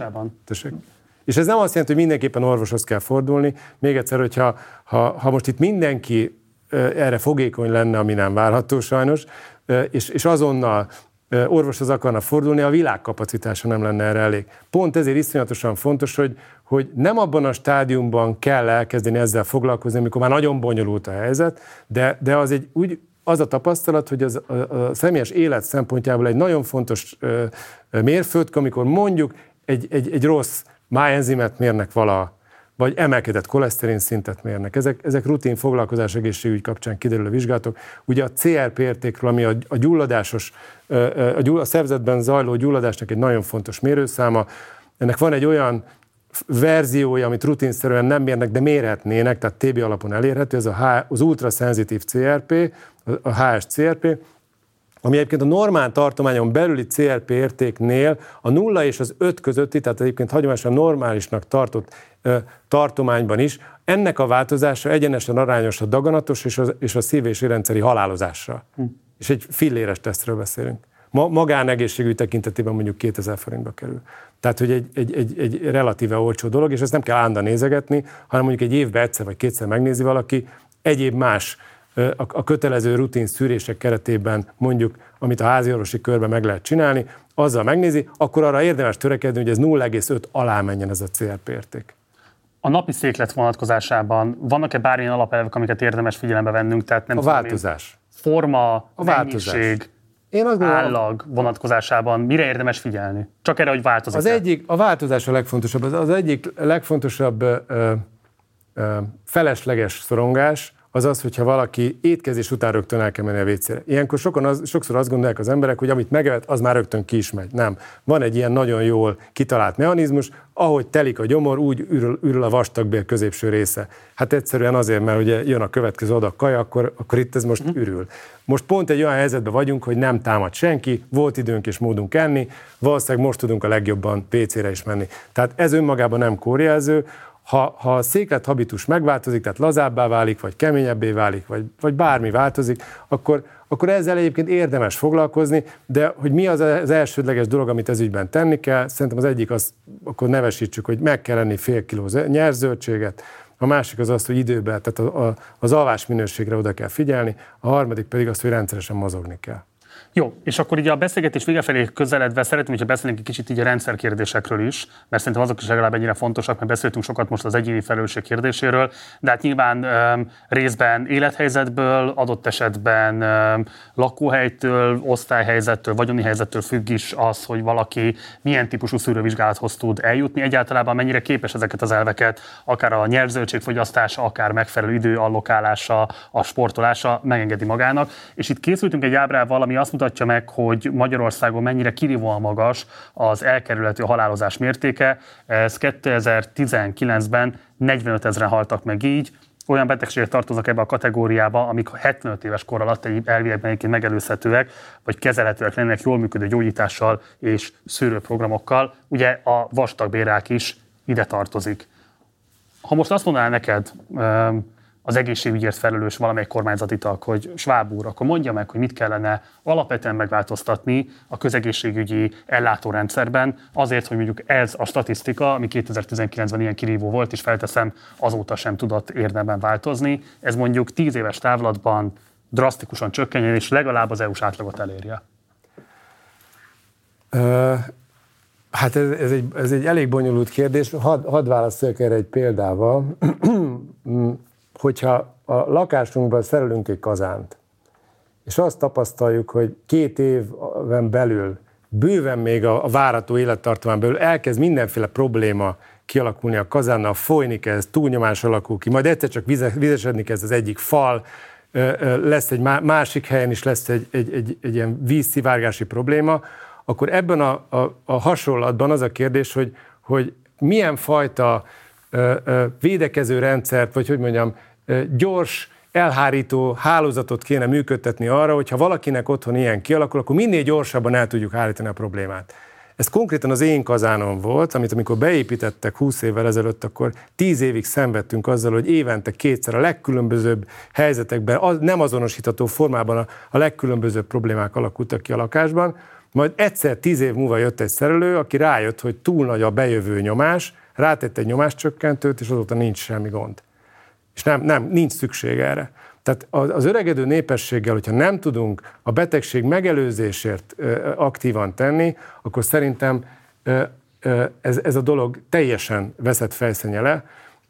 Speaker 2: És ez nem azt jelenti, hogy mindenképpen orvoshoz kell fordulni. Még egyszer, hogyha ha, ha most itt mindenki erre fogékony lenne, ami nem várható sajnos, és, és azonnal orvoshoz akarna fordulni, a világ kapacitása nem lenne erre elég. Pont ezért iszonyatosan fontos, hogy, hogy nem abban a stádiumban kell elkezdeni ezzel foglalkozni, amikor már nagyon bonyolult a helyzet, de, de az egy úgy, az a tapasztalat, hogy az, a, a személyes élet szempontjából egy nagyon fontos mérföldkő, amikor mondjuk egy, egy, egy rossz májenzimet mérnek vala, vagy emelkedett koleszterin szintet mérnek. Ezek, ezek rutin foglalkozás egészségügy kapcsán kiderül a vizsgálatok. Ugye a cé er pé értékről, ami a, a gyulladásos, a, gyull, a szervezetben zajló gyulladásnak egy nagyon fontos mérőszáma, ennek van egy olyan verziója, amit rutinszerűen nem mérnek, de mérhetnének, tehát té bé alapon elérhető, ez a H, az ultraszenzitív cé er pé, a há es cé er pé, ami egyébként a normál tartományon belüli cé er pé értéknél a nulla és az öt közötti, tehát egyébként hagyományosan normálisnak tartott ö, tartományban is, ennek a változása egyenesen arányos a daganatos és a, és a szív- és érrendszeri halálozással. Hm. És egy filléres tesztről beszélünk. Ma, magánegészségügy tekintetében mondjuk kétezer forintba kerül. Tehát, hogy egy, egy, egy, egy relatíve olcsó dolog, és ezt nem kell állandóan nézegetni, hanem mondjuk egy évben egyszer vagy kétszer megnézi valaki, egyéb más a kötelező rutin szűrések keretében mondjuk, amit a háziorvosi körben meg lehet csinálni, azzal megnézi, akkor arra érdemes törekedni, hogy ez nulla egész öt alá menjen ez a cé er pé érték.
Speaker 1: A napi széklet vonatkozásában vannak-e bármilyen alapelvek, amiket érdemes figyelembe vennünk? Tehát nem
Speaker 2: a változás.
Speaker 1: Én, forma,
Speaker 2: a
Speaker 1: mennyiség,
Speaker 2: Én azt gondolom,
Speaker 1: állag vonatkozásában mire érdemes figyelni? Csak erre, hogy változik.
Speaker 2: Az egyik, a változás a legfontosabb. Az, az egyik legfontosabb ö, ö, felesleges szorongás, az az, hogyha valaki étkezés után rögtön el kell menni a vécére. Ilyenkor sokan az, sokszor azt gondolják az emberek, hogy amit megevet, az már rögtön ki is megy. Nem. Van egy ilyen nagyon jól kitalált mechanizmus, ahogy telik a gyomor, úgy ürül, ürül a vastagbél középső része. Hát egyszerűen azért, mert ugye jön a következő adag kaja, akkor, akkor itt ez most ürül. Most pont egy olyan helyzetben vagyunk, hogy nem támad senki, volt időnk és módunk enni, valószínűleg most tudunk a legjobban vécére is menni. Tehát ez önmagában nem kórjelző. Ha, ha a széklethabitus megváltozik, tehát lazábbá válik, vagy keményebbé válik, vagy, vagy bármi változik, akkor, akkor ezzel egyébként érdemes foglalkozni, de hogy mi az az elsődleges dolog, amit ez ügyben tenni kell, szerintem az egyik az, akkor nevesítsük, hogy meg kell enni fél kiló nyerszöldséget, a másik az az, hogy időben, tehát a, a, az alvás minőségre oda kell figyelni, a harmadik pedig az, hogy rendszeresen mozogni kell.
Speaker 1: Jó, és akkor így a beszélgetés vége felé közeledve szeretném, hogyha beszélnénk egy kicsit így a rendszerkérdésekről is, mert szerintem azok is legalább ennyire fontosak, mert beszéltünk sokat most az egyéni felelősség kérdéséről, de hát nyilván um, részben élethelyzetből, adott esetben um, lakóhelytől, osztályhelyzettől, vagyoni helyzettől függ is az, hogy valaki milyen típusú szűrővizsgálathoz tud eljutni, egyáltalán mennyire képes ezeket az elveket, akár a nyelvzöldségfogyasztása, akár megfelelő időallokálása, a sportolása megengedi magának. És itt készültünk egy ábrával, ami azt mutatja meg, hogy Magyarországon mennyire kirívóan magas az elkerülhető halálozás mértéke. Ez kétezer-tizenkilencben negyvenöt ezren haltak meg így. Olyan betegségek tartoznak ebbe a kategóriába, amik hetvenöt éves kor alatt egy elviekben egyébként megelőzhetőek, vagy kezelhetőek lennének jól működő gyógyítással és szűrőprogramokkal. Ugye a vastagbélrák is ide tartozik. Ha most azt mondaná neked az egészségügyért felelős valamelyik kormányzati tag, hogy Schwab úr, akkor mondja meg, hogy mit kellene alapvetően megváltoztatni a közegészségügyi ellátórendszerben, azért, hogy mondjuk ez a statisztika, ami kétezer-tizenkilencben ilyen kirívó volt, és felteszem, azóta sem tudott érdemben változni, ez mondjuk tíz éves távlatban drasztikusan csökkenjen, és legalább az é u-s átlagot elérje.
Speaker 2: Uh, hát ez, ez, egy, ez egy elég bonyolult kérdés. Hadd had válaszoljak erre egy példával. Hogyha a lakásunkban szerelünk egy kazánt, és azt tapasztaljuk, hogy két éven belül, bőven még a, a várató élettartamán belül elkezd mindenféle probléma kialakulni a kazánnal, folyni kezd, túlnyomás alakul ki, majd egyszer csak vize, vizesedni kezd az egyik fal, lesz egy másik helyen is lesz egy, egy, egy, egy ilyen vízszivárgási probléma, akkor ebben a, a, a hasonlatban az a kérdés, hogy, hogy milyen fajta ö, ö, védekező rendszert, vagy hogy mondjam, ö, gyors, elhárító hálózatot kéne működtetni arra, hogyha valakinek otthon ilyen kialakul, akkor minél gyorsabban el tudjuk hárítani a problémát. Ez konkrétan az én kazánom volt, amit amikor beépítettek húsz évvel ezelőtt, akkor tíz évig szenvedtünk azzal, hogy évente kétszer a legkülönbözőbb helyzetekben, az nem azonosítható formában a, a legkülönbözőbb problémák alakultak ki a lakásban. Majd egyszer tíz év múlva jött egy szerelő, aki rájött, hogy túl nagy a bejövő nyomás, rátett egy nyomáscsökkentőt, és azóta nincs semmi gond. És nem, nem, nincs szükség erre. Tehát az öregedő népességgel, hogyha nem tudunk a betegség megelőzésért aktívan tenni, akkor szerintem ez, ez a dolog teljesen veszett fejszennyele,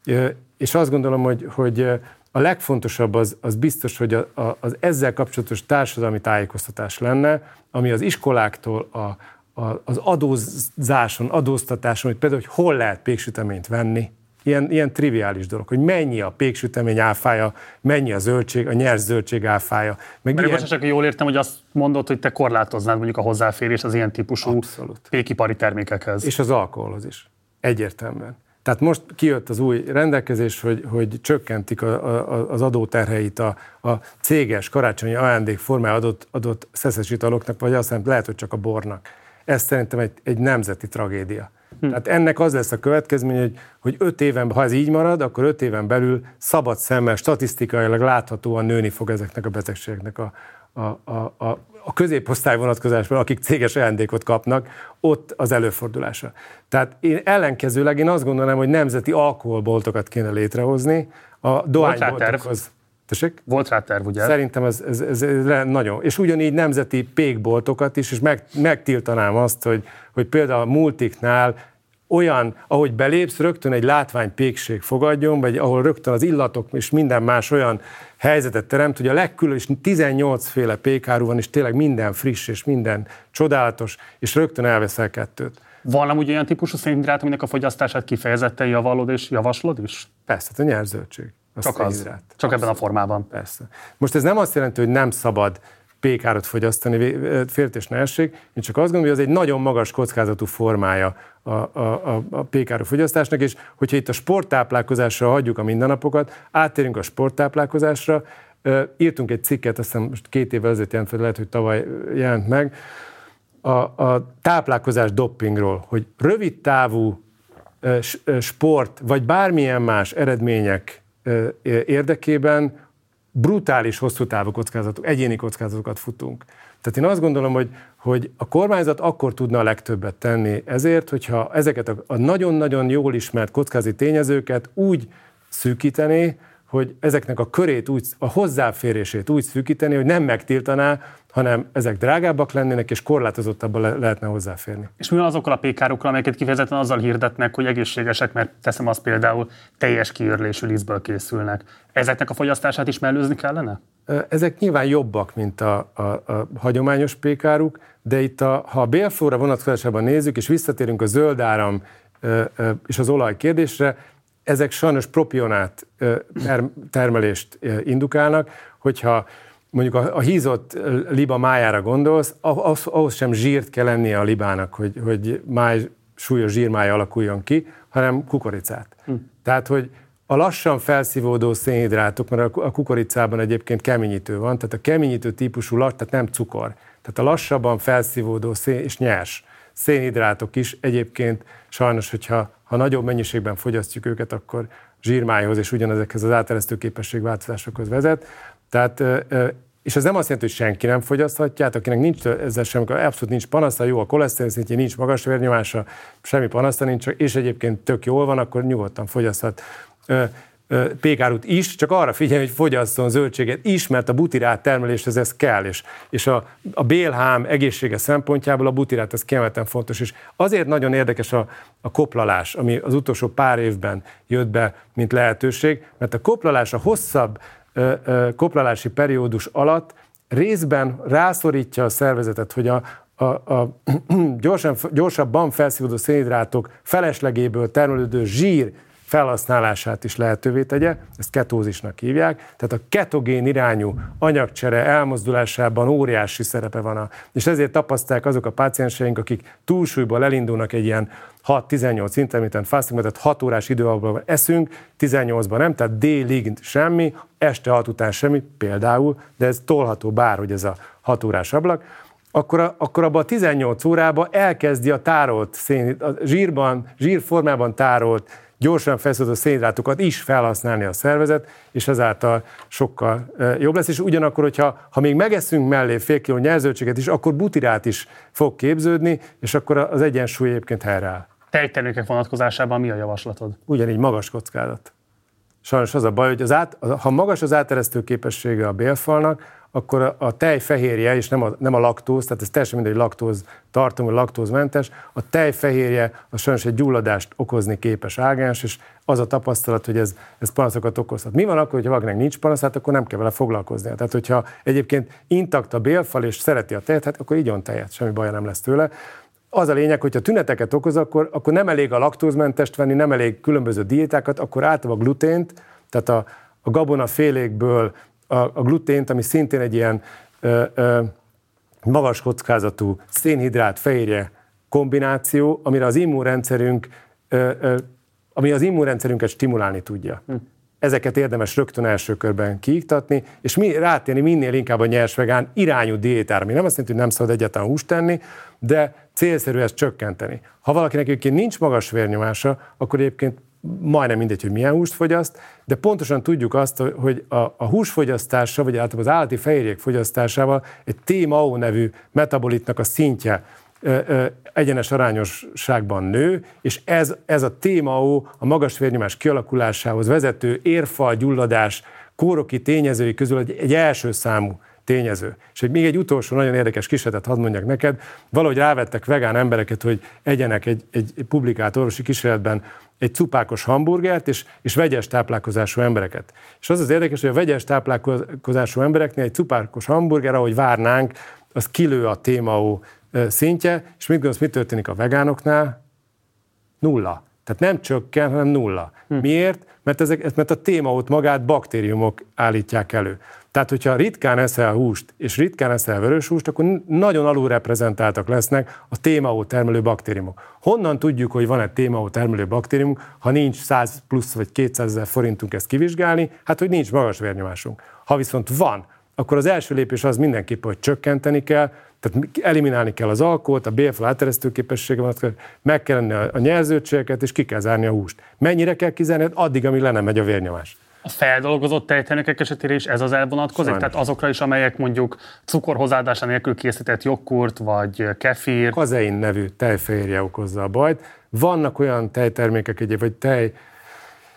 Speaker 2: és azt gondolom, hogy, hogy a legfontosabb az, az biztos, hogy a, a, az ezzel kapcsolatos társadalmi tájékoztatás lenne, ami az iskoláktól a, a, az adózáson, adóztatáson, hogy például, hogy hol lehet péksüteményt venni, ilyen, ilyen triviális dolog, hogy mennyi a péksütemény áfája, mennyi a zöldség, a nyers zöldség áfája. Meg
Speaker 1: Mert
Speaker 2: ilyen...
Speaker 1: most csak jól értem, hogy azt mondod, hogy te korlátoznád mondjuk a hozzáférés az ilyen típusú Abszolút. pékipari termékekhez.
Speaker 2: És az alkoholhoz is. Egyértelműen. Tehát most kijött az új rendelkezés, hogy, hogy csökkentik a, a, az adóterheit a, a céges karácsonyi ajándék formájában adott, adott szeszes italoknak, vagy azt hiszem lehet, hogy csak a bornak. Ez szerintem egy, egy nemzeti tragédia. Hm. Tehát ennek az lesz a következmény, hogy, hogy öt éven, ha ez így marad, akkor öt éven belül szabad szemmel, statisztikailag láthatóan nőni fog ezeknek a betegségeknek a, a, a, a, a középosztály vonatkozásban, akik céges ajándékot kapnak, ott az előfordulása. Tehát én ellenkezőleg én azt gondolom, hogy nemzeti alkoholboltokat kéne létrehozni a dohányboltokhoz. Tessék?
Speaker 1: Volt rá terv, ugye?
Speaker 2: Szerintem ez, ez, ez, ez nagyon. És ugyanígy nemzeti pékboltokat is, és meg, megtiltanám azt, hogy, hogy például a multiknál olyan, ahogy belépsz, rögtön egy látványpékség fogadjon, vagy ahol rögtön az illatok és minden más olyan helyzetet teremt, hogy a legkülönösebb tizennyolc féle pékáru van, és tényleg minden friss, és minden csodálatos, és rögtön elveszel kettőt.
Speaker 1: Van amúgy olyan típusú szénhidrát, aminek a fogyasztását kifejezetten javallod és javaslod is?
Speaker 2: Persze, hát a nyerszöldség.
Speaker 1: Csak az. Csak Abszolút. Ebben a formában.
Speaker 2: Persze. Most ez nem azt jelenti, hogy nem szabad pékárot fogyasztani, féltés ne essék. Én csak azt gondolom, hogy ez egy nagyon magas kockázatú formája a, a, a, a pékáru fogyasztásnak, és hogyha itt a sporttáplálkozásra hagyjuk a mindennapokat, áttérünk a sporttáplálkozásra, írtunk egy cikket, azt hiszem most két évvel ezelőtt jelent, lehet, hogy tavaly jelent meg, a, a táplálkozás doppingról, hogy rövid távú sport, vagy bármilyen más eredmények érdekében brutális hosszú távú kockázatok, egyéni kockázatokat futunk. Tehát én azt gondolom, hogy, hogy a kormányzat akkor tudna a legtöbbet tenni ezért, hogyha ezeket a, a nagyon-nagyon jól ismert kockázati tényezőket úgy szűkíteni, hogy ezeknek a körét, úgy, a hozzáférését úgy szűkíteni, hogy nem megtiltaná, hanem ezek drágábbak lennének, és korlátozottabban le- lehetne hozzáférni.
Speaker 1: És mi van azokkal a pékárokkal, amelyeket kifejezetten azzal hirdetnek, hogy egészségesek, mert teszem azt például teljes kiőrlésű lisztből készülnek. Ezeknek a fogyasztását is mellőzni kellene?
Speaker 2: Ezek nyilván jobbak, mint a, a, a hagyományos pékáruk, de itt a, ha a bélflóra vonatkozásában nézzük, és visszatérünk a zöld áram és az olaj kérdésre, ezek sajnos propionát termelést indukálnak, hogyha mondjuk a, a hízott liba májára gondolsz, ahhoz, ahhoz sem zsírt kell lennie a libának, hogy, hogy máj, súlyos zsírmája alakuljon ki, hanem kukoricát. Hm. Tehát, hogy a lassan felszívódó szénhidrátok, mert a kukoricában egyébként keményítő van, tehát a keményítő típusú, tehát nem cukor. Tehát a lassabban felszívódó szén és nyers szénhidrátok is egyébként sajnos, hogyha ha nagyobb mennyiségben fogyasztjuk őket, akkor zsírmájhoz és ugyanezekhez az áteresztő képesség változásokhoz vezet. Tehát, és ez nem azt jelenti, hogy senki nem fogyaszthatja, hát akinek nincs ezzel sem, abszolút nincs panasza, jó a koleszterin szintje, nincs magas vérnyomása, semmi panasza nincs, és egyébként tök jól van, akkor nyugodtan fogyaszthat pékárút is, csak arra figyelj, hogy fogyasszon zöldséget is, mert a butirát termeléshez ez kell, és, és a, a bélhám egészsége szempontjából a butirát ez kiemelten fontos, és azért nagyon érdekes a, a koplalás, ami az utolsó pár évben jött be, mint lehetőség, mert a koplalás a hosszabb ö, ö, koplalási periódus alatt részben rászorítja a szervezetet, hogy a, a, a gyorsan, gyorsabban felszívódó szénhidrátok feleslegéből termelődő zsír felhasználását is lehetővé tegye, ezt ketózisnak hívják, tehát a ketogén irányú anyagcsere elmozdulásában óriási szerepe van, a, és ezért tapasztalják azok a pácienseink, akik túlsúlyból elindulnak egy ilyen hat-tizennyolc intermittent fasting, tehát hat órás időabban eszünk, tizennyolcban nem, tehát délig semmi, este hat után semmi, például, de ez tolható bárhogy ez a hat órás ablak, akkor, a, akkor abban a tizennyolc órában elkezdi a tárolt szén, a zsírban, zsírformában tárolt gyorsan felszívódó szénhidrátokat is felhasználni a szervezet, és ezáltal sokkal jobb lesz. És ugyanakkor, hogyha ha még megeszünk mellé fél kiló nyerzöldséget is, akkor butirát is fog képződni, és akkor az egyensúly egyébként helyreáll.
Speaker 1: Tejtermékek vonatkozásában mi a javaslatod?
Speaker 2: Ugyanígy magas kockázat. Sajnos az a baj, hogy az át, ha magas az áteresztő képessége a bélfalnak, akkor a tej fehérje, és nem a, nem a laktóz, tehát ez teljesen mindegy laktóz tartalmú, laktózmentes, a tej fehérje az sajnos egy gyulladást okozni képes ágens, és az a tapasztalat, hogy ez, ez panaszokat okozhat. Mi van akkor, hogyha valakinek nincs panaszát, akkor nem kell vele foglalkoznia. Tehát, hogyha egyébként intakt a bélfal és szereti a tejet, hát akkor igyon tejet, semmi baja nem lesz tőle. Az a lényeg, hogyha tüneteket okoz, akkor, akkor nem elég a laktózmentest venni, nem elég különböző diétákat, akkor általában a glutént, tehát a, a gabonafélékből a, a glutént, ami szintén egy ilyen ö, ö, magas kockázatú szénhidrát fehérje kombináció, amire az immunrendszerünk, ö, ö, ami az immunrendszerünket stimulálni tudja. Hm. Ezeket érdemes rögtön első körben kiiktatni, és mi, rátérni minél inkább a nyers vegán irányú diétára, ami nem azt jelenti, hogy nem szabad egyáltalán húst tenni, de célszerű ezt csökkenteni. Ha valakinek egyébként nincs magas vérnyomása, akkor egyébként majdnem mindegy, hogy milyen húst fogyaszt, de pontosan tudjuk azt, hogy a, a húsfogyasztása, vagy általában az állati fehérjék fogyasztásával egy té em á o nevű metabolitnak a szintje ö, ö, egyenes arányosságban nő, és ez, ez a té em á o a magas vérnyomás kialakulásához vezető érfal, gyulladás, kóroki tényezői közül egy, egy első számú tényező. És egy, még egy utolsó nagyon érdekes kísérletet hadd mondjak neked, valahogy rávettek vegán embereket, hogy egyenek egy, egy publikált orvosi kísérletben egy cupákos hamburgert, és, és vegyes táplálkozású embereket. És az az érdekes, hogy a vegyes táplálkozású embereknél egy cupákos hamburger, ahogy várnánk, az kilő a té em á o szintje, és mit gondolsz, mi történik a vegánoknál? Nulla. Tehát nem csökken, hanem nulla. Hm. Miért? Mert, ezek, mert a té em á o-t magát baktériumok állítják elő. Tehát, hogyha ritkán eszel húst, és ritkán eszel vörös húst, akkor nagyon alulreprezentáltak lesznek a té em á o termelő baktériumok. Honnan tudjuk, hogy van egy té em á o termelő baktériumunk, ha nincs száz plusz vagy kétszázezer forintunk ezt kivizsgálni? Hát, hogy nincs magas vérnyomásunk. Ha viszont van, akkor az első lépés az mindenképpen, hogy csökkenteni kell, tehát eliminálni kell az alkoholt, a bélfal áteresztő képessége van, meg kell enni a nyerződségeket, és ki kell zárni a húst. Mennyire kell kizárni? Addig, amíg le nem megy a vérnyomás.
Speaker 1: A feldolgozott tejtermékek esetére is ez az elvonatkozik? Sajnos. Tehát azokra is, amelyek mondjuk cukor hozzáadása nélkül készített joghurt, vagy kefir?
Speaker 2: Kazein nevű tejfehérje okozza a bajt. Vannak olyan tejtermékek, egyéb, vagy tej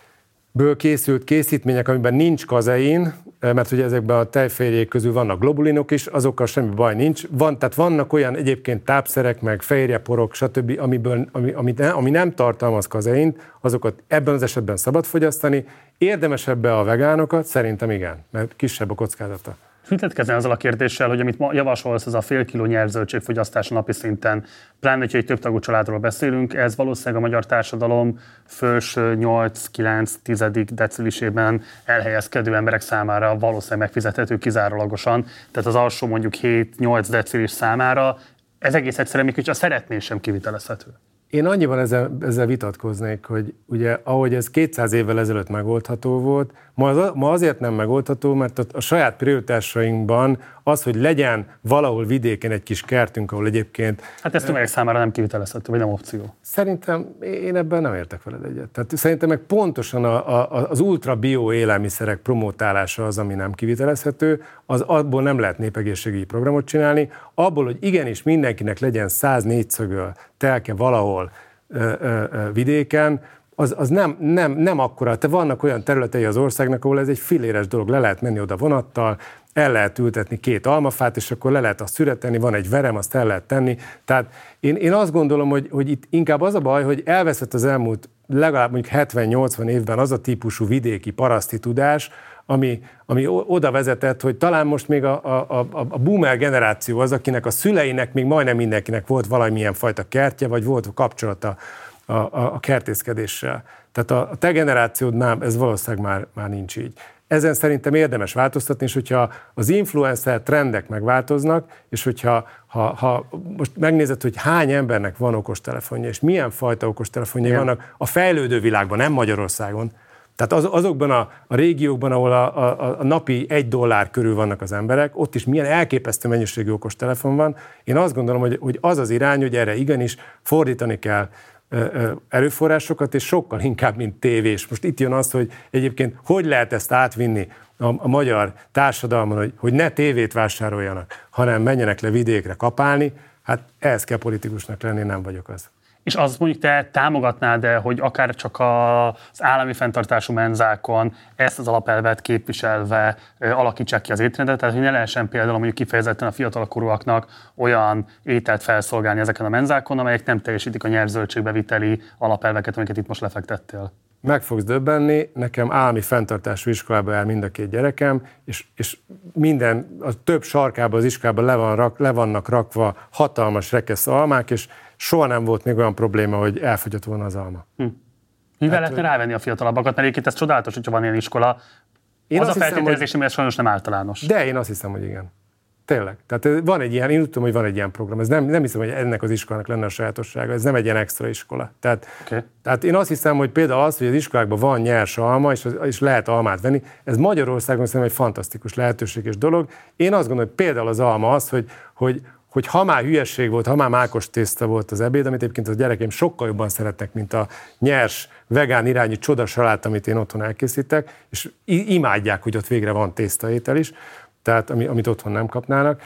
Speaker 2: ből készült készítmények, amiben nincs kazein, mert ugye ezekben a tejfehérjék közül vannak globulinok is, azokkal semmi baj nincs. Van, tehát vannak olyan egyébként tápszerek, meg fehérjeporok, stb., amiből, ami, ami, ami nem tartalmaz kazeint, azokat ebben az esetben szabad fogyasztani. Érdemes ebbe a vegánokat? Szerintem igen, mert kisebb a kockázata.
Speaker 1: Mit lehet kezdeni azzal a kérdéssel, hogy amit ma javasolsz, ez a fél kiló nyers fogyasztása napi szinten, pláne, hogyha egy több tagú családról beszélünk, ez valószínűleg a magyar társadalom felső nyolc-kilenc decilisében elhelyezkedő emberek számára valószínűleg megfizethető kizárólagosan, tehát az alsó mondjuk hét-nyolc decilis számára ez egész egyszerűen még hogyha szeretné sem kivitelezhető.
Speaker 2: Én annyiban ezzel, ezzel vitatkoznék, hogy ugye ahogy ez kétszáz évvel ezelőtt megoldható volt, ma, az, ma azért nem megoldható, mert a, a saját prioritásainkban az, hogy legyen valahol vidéken egy kis kertünk, ahol egyébként...
Speaker 1: Hát ez tömegek számára nem kivitelezhető, vagy nem opció.
Speaker 2: Szerintem én ebben nem értek veled egyet. Tehát szerintem meg pontosan a, a, az ultra bio élelmiszerek promotálása az, ami nem kivitelezhető, az abból nem lehet népegészségügyi programot csinálni, abból, hogy igenis mindenkinek legyen száz négyszögöl telke valahol ö, ö, ö, vidéken, az, az nem, nem, nem akkora. Te vannak olyan területei az országnak, ahol ez egy filéres dolog, le lehet menni oda vonattal, el lehet ültetni két almafát, és akkor le lehet azt szüretelni, van egy verem, azt el lehet tenni. Tehát én, én azt gondolom, hogy, hogy itt inkább az a baj, hogy elveszett az elmúlt legalább mondjuk hetven-nyolcvan évben az a típusú vidéki paraszti tudás, ami, ami oda vezetett, hogy talán most még a, a, a, a boomer generáció az, akinek a szüleinek még majdnem mindenkinek volt valamilyen fajta kertje, vagy volt kapcsolata a, a, a kertészkedéssel. Tehát a, a te generációdnál ez valószínűleg már, már nincs így. Ezen szerintem érdemes változtatni, és hogyha az influencer trendek megváltoznak, és hogyha ha, ha most megnézed, hogy hány embernek van okostelefonja, és milyen fajta okostelefonjai vannak a fejlődő világban, nem Magyarországon, tehát az, azokban a, a régiókban, ahol a, a, a napi egy dollár körül vannak az emberek, ott is milyen elképesztő mennyiségű okostelefon van. Én azt gondolom, hogy, hogy az az irány, hogy erre igenis fordítani kell erőforrásokat, és sokkal inkább, mint tévés. Most itt jön az, hogy egyébként hogy lehet ezt átvinni a, a magyar társadalmon, hogy, hogy ne tévét vásároljanak, hanem menjenek le vidékre kapálni, hát ehhez kell politikusnak lenni, nem vagyok az.
Speaker 1: És azt mondjuk te támogatnád, de hogy akár csak az állami fenntartású menzákon ezt az alapelvet képviselve alakítsák ki az étrendet, tehát hogy ne lehessen például mondjuk kifejezetten a fiatalkorúaknak olyan ételt felszolgálni ezeken a menzákon, amelyek nem teljesítik a nyers-zöldségbeviteli alapelveket, amiket itt most lefektettél.
Speaker 2: Meg fogsz döbbenni, nekem állami fenntartású iskolába jár mind a két gyerekem, és, és minden, a több sarkában az iskolában le, van rak, le vannak rakva hatalmas rekesz almák, és soha nem volt még olyan probléma, hogy elfogyott volna az alma. Hm.
Speaker 1: Mivel hát, lehetne rávenni a fiatalabbakat? Mert egyébként ez csodálatos, hogyha van ilyen iskola. Én az a feltételezés, hogy ez sajnos nem általános.
Speaker 2: De én azt hiszem, hogy igen. Tényleg. Tehát van egy ilyen, én tudom, hogy van egy ilyen program. Ez nem, nem hiszem, hogy ennek az iskolának lenne a sajátossága. Ez nem egy ilyen extra iskola. Tehát, okay. tehát én azt hiszem, hogy például az, hogy az iskolákban van nyers alma, és, és lehet almát venni, ez Magyarországon szerintem egy fantasztikus lehetőség és dolog. Én azt gondolom, hogy például az alma az, hogy, hogy hogy ha már hülyesség volt, ha már mákos tészta volt az ebéd, amit egyébként a gyerekeim sokkal jobban szeretnek, mint a nyers, vegán irányú csodasalát, amit én otthon elkészítek, és imádják, hogy ott végre van tésztaétel is, tehát amit otthon nem kapnának.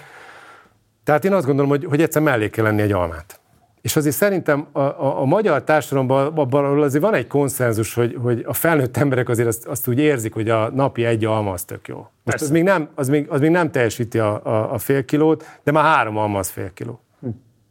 Speaker 2: Tehát én azt gondolom, hogy, hogy egyszer mellé kell lenni egy almát. És azért szerintem a, a, a magyar társadalomban abban azért van egy konszenzus, hogy, hogy a felnőtt emberek azért azt, azt úgy érzik, hogy a napi egy alma az tök jó. Most az még, nem, az, még, az még nem teljesíti a, a, a fél kilót, de már három alma az fél kiló. Hm.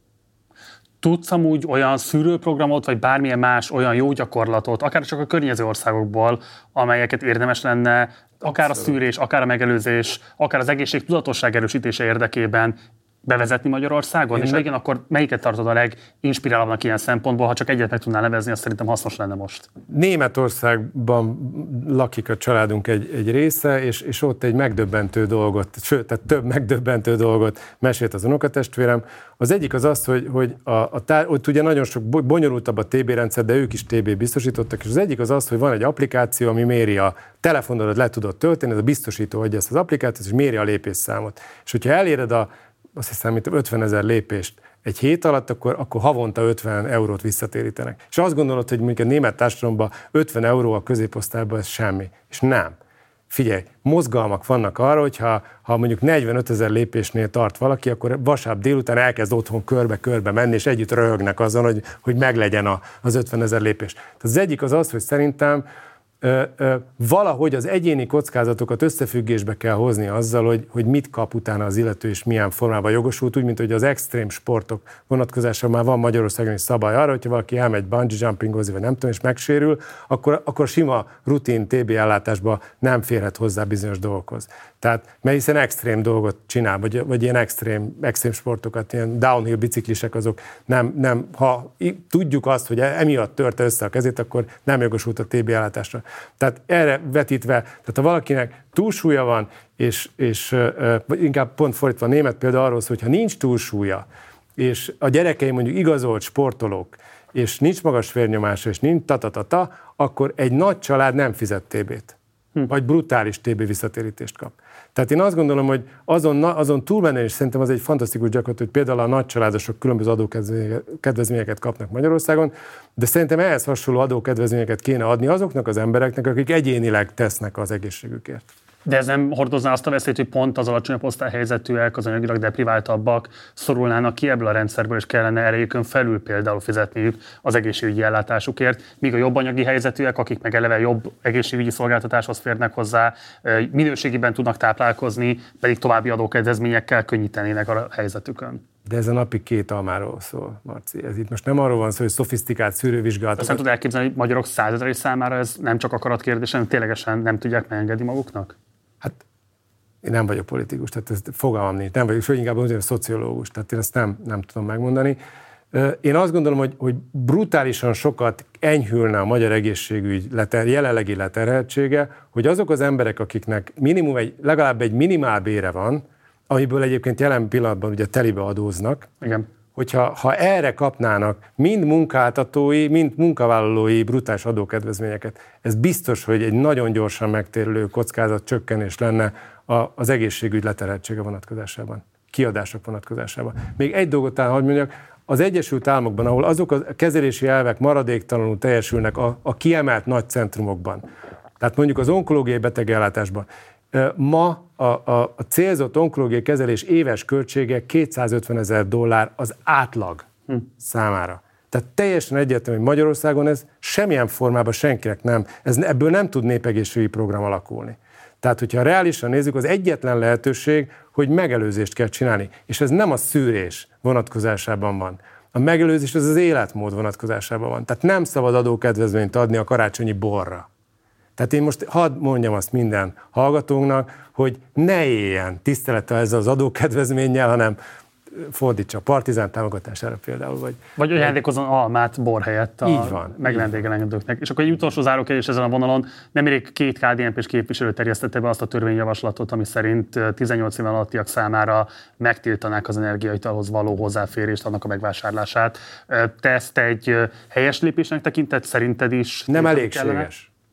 Speaker 1: Tudsz amúgy olyan szűrőprogramot, vagy bármilyen más olyan jó gyakorlatot, akár csak a környező országokból, amelyeket érdemes lenne, akár a szűrés, akár a megelőzés, akár az egészségtudatosság erősítése érdekében bevezetni Magyarországon? Én és meg... igen, akkor melyiket tartod a leginspirálóbbnak ilyen szempontból? Ha csak egyet meg tudnál nevezni, azt szerintem hasznos lenne most.
Speaker 2: Németországban lakik a családunk egy, egy része, és, és ott egy megdöbbentő dolgot, sőt, tehát több megdöbbentő dolgot mesélt az unokatestvérem. Az egyik az az, hogy, hogy a, a tár, ott ugye nagyon sok bonyolultabb a té bé rendszer, de ők is té bét biztosítottak, és az egyik az az, hogy van egy applikáció, ami méri a telefonodat le tudod tölteni, ez a biztosító adja ezt az applikációt, és méri a lépésszámot. És hogyha eléred a azt hiszem, mint ötvenezer lépést egy hét alatt, akkor, akkor havonta ötven eurót visszatérítenek. És azt gondolod, hogy mondjuk a német társadalomban ötven euró a középosztályban ez semmi. És nem. Figyelj, mozgalmak vannak arra, hogy ha, ha mondjuk negyvenötezer lépésnél tart valaki, akkor vasárnap délután elkezd otthon körbe-körbe menni, és együtt röhögnek azon, hogy, hogy meglegyen a, az ötvenezer lépés. Tehát az egyik az az, hogy szerintem ö, ö, valahogy az egyéni kockázatokat összefüggésbe kell hozni azzal, hogy, hogy mit kap utána az illető és milyen formában jogosult, úgy, mint hogy az extrém sportok vonatkozásában már van Magyarországon is szabály arra, hogyha valaki elmegy bungee jumpingozni, vagy nem tudom, és megsérül, akkor, akkor sima rutin té bé ellátásba nem férhet hozzá bizonyos dolgokhoz. Tehát, mert hiszen extrém dolgot csinál, vagy, vagy ilyen extrém, extrém sportokat, ilyen downhill biciklisek, azok nem, nem, ha tudjuk azt, hogy emiatt törte össze a kezét, akkor nem jogosult a té bé ellátásra. Tehát erre vetítve, tehát ha valakinek túlsúlya van, és, és vagy inkább pont fordítva, a német példa arról szól, hogy ha nincs túlsúlya, és a gyerekei mondjuk igazolt sportolók, és nincs magas vérnyomása, és nincs tatatata, akkor egy nagy család nem fizet té bét. Hm. Vagy brutális té bé visszatérítést kap. Tehát én azt gondolom, hogy azon, azon túlmenően is szerintem az egy fantasztikus gyakorlat, hogy például a nagycsaládosok különböző adókedvezményeket kapnak Magyarországon, de szerintem ehhez hasonló adókedvezményeket kéne adni azoknak az embereknek, akik egyénileg tesznek az egészségükért.
Speaker 1: De ez nem hordozná azt a veszélyt, hogy pont az alacsonyabb osztályhelyzetűek, az anyagilag depriváltabbak szorulnának ki ebből a rendszerből, és kellene erejükön felül például fizetniük az egészségügyi ellátásukért, míg a jobb anyagi helyzetűek, akik meg eleve jobb egészségügyi szolgáltatáshoz férnek hozzá, minőségiben tudnak táplálkozni, pedig további adókedvezményekkel könnyítenének a helyzetükön.
Speaker 2: De ez a napi két almáról szól, Marci. Ez itt most nem arról van szó, hogy szofisztikált szűrővizsgálatok.
Speaker 1: Azt nem tud elképzelni, hogy magyarok százezrei számára ez nem csak akaratkérdés, hanem ténylegesen nem tudják megengedni maguknak?
Speaker 2: Hát én nem vagyok politikus, tehát ez fogalmam nincs. Nem vagyok, sőt inkább mondani, szociológus, tehát én ezt nem, nem tudom megmondani. Én azt gondolom, hogy, hogy brutálisan sokat enyhülne a magyar egészségügy leter, jelenlegi leterheltsége, hogy azok az emberek, akiknek minimum egy, legalább egy minimálbére van, amiből egyébként jelen pillanatban ugye telibe adóznak,
Speaker 1: igen.
Speaker 2: Hogyha ha erre kapnának mind munkáltatói, mind munkavállalói brutális adókedvezményeket, ez biztos, hogy egy nagyon gyorsan megtérülő kockázat csökkenés lenne az egészségügy leterheltsége vonatkozásában, kiadások vonatkozásában. Még egy dolgot talán hadd mondjak, az Egyesült Államokban, ahol azok a kezelési elvek maradéktalanul teljesülnek a, a kiemelt nagy centrumokban, tehát mondjuk az onkológiai betegellátásban, ma a, a, a célzott onkológiai kezelés éves költsége kétszázötvenezer dollár az átlag hm. számára. Tehát teljesen egyértelmű, hogy Magyarországon ez semmilyen formában senkinek nem, ez, ebből nem tud népegészségügyi program alakulni. Tehát, hogyha reálisan nézzük, az egyetlen lehetőség, hogy megelőzést kell csinálni. És ez nem a szűrés vonatkozásában van. A megelőzés az az életmód vonatkozásában van. Tehát nem szabad adókedvezményt adni a karácsonyi borra. Tehát én most hadd mondjam azt minden hallgatónknak, hogy ne éljen tisztelettel ezzel az adókedvezménnyel, hanem fordítsa a Partizán támogatására például. Vagy,
Speaker 1: vagy ajándékozzon almát bor helyett a megvendégelengedőknek. És akkor egy utolsó zárókérdés ezen a vonalon. Nemrég két ká dé en pés képviselő terjesztette be azt a törvényjavaslatot, ami szerint tizennyolc éven alattiak számára megtiltanák az energiaitalhoz való hozzáférést, annak a megvásárlását. Te ezt egy helyes lépésnek tekinted? Szerinted is?
Speaker 2: Nem elégséges. Kellene?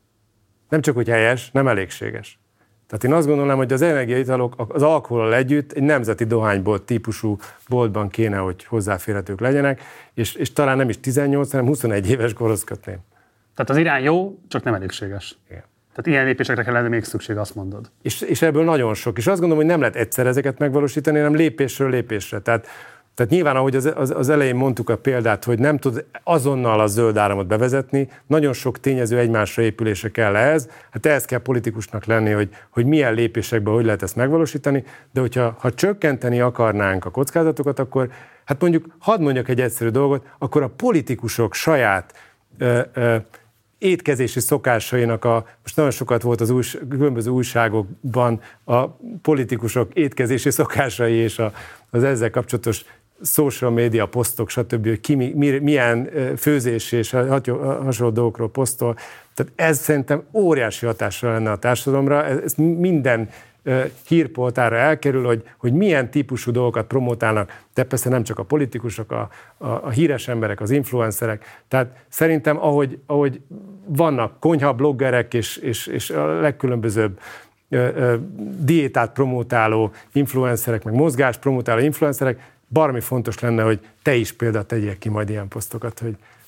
Speaker 2: Nem csak, hogy helyes, nem elégséges. Tehát én azt gondolom, hogy az energiaitalok az alkohollal együtt egy nemzeti dohánybolt típusú boltban kéne, hogy hozzáférhetők legyenek, és, és talán nem is tizennyolc, hanem huszonegy éves korhoz kötném.
Speaker 1: Tehát az irány jó, csak nem elégséges.
Speaker 2: Igen.
Speaker 1: Tehát ilyen lépésekre kellene még szükség, azt mondod.
Speaker 2: És, és ebből nagyon sok. És azt gondolom, hogy nem lehet egyszer ezeket megvalósítani, hanem lépésről lépésre. Tehát Tehát nyilván, ahogy az, az, az elején mondtuk a példát, hogy nem tud azonnal a zöld áramot bevezetni, nagyon sok tényező egymásra épülése kell ehhez, hát ehhez kell politikusnak lenni, hogy, hogy milyen lépésekben hogy lehet ezt megvalósítani, de hogyha ha csökkenteni akarnánk a kockázatokat, akkor hát mondjuk, hadd mondjak egy egyszerű dolgot, akkor a politikusok saját ö, ö, étkezési szokásainak, a, most nagyon sokat volt az új, különböző újságokban a politikusok étkezési szokásai és a, az ezzel kapcsolatos social media posztok, stb., hogy ki mi, milyen főzés és hasonló dolgokról posztol. Tehát ez szerintem óriási hatásra lenne a társadalomra, ez minden hírpoltára elkerül, hogy, hogy milyen típusú dolgokat promotálnak, de persze nem csak a politikusok, a, a, a híres emberek, az influencerek. Tehát szerintem, ahogy, ahogy vannak konyhabloggerek és, és, és a legkülönbözőbb ö, ö, diétát promotáló influencerek, meg mozgást promotáló influencerek, baromi fontos lenne, hogy te is például tegyél ki majd ilyen posztokat, hogy,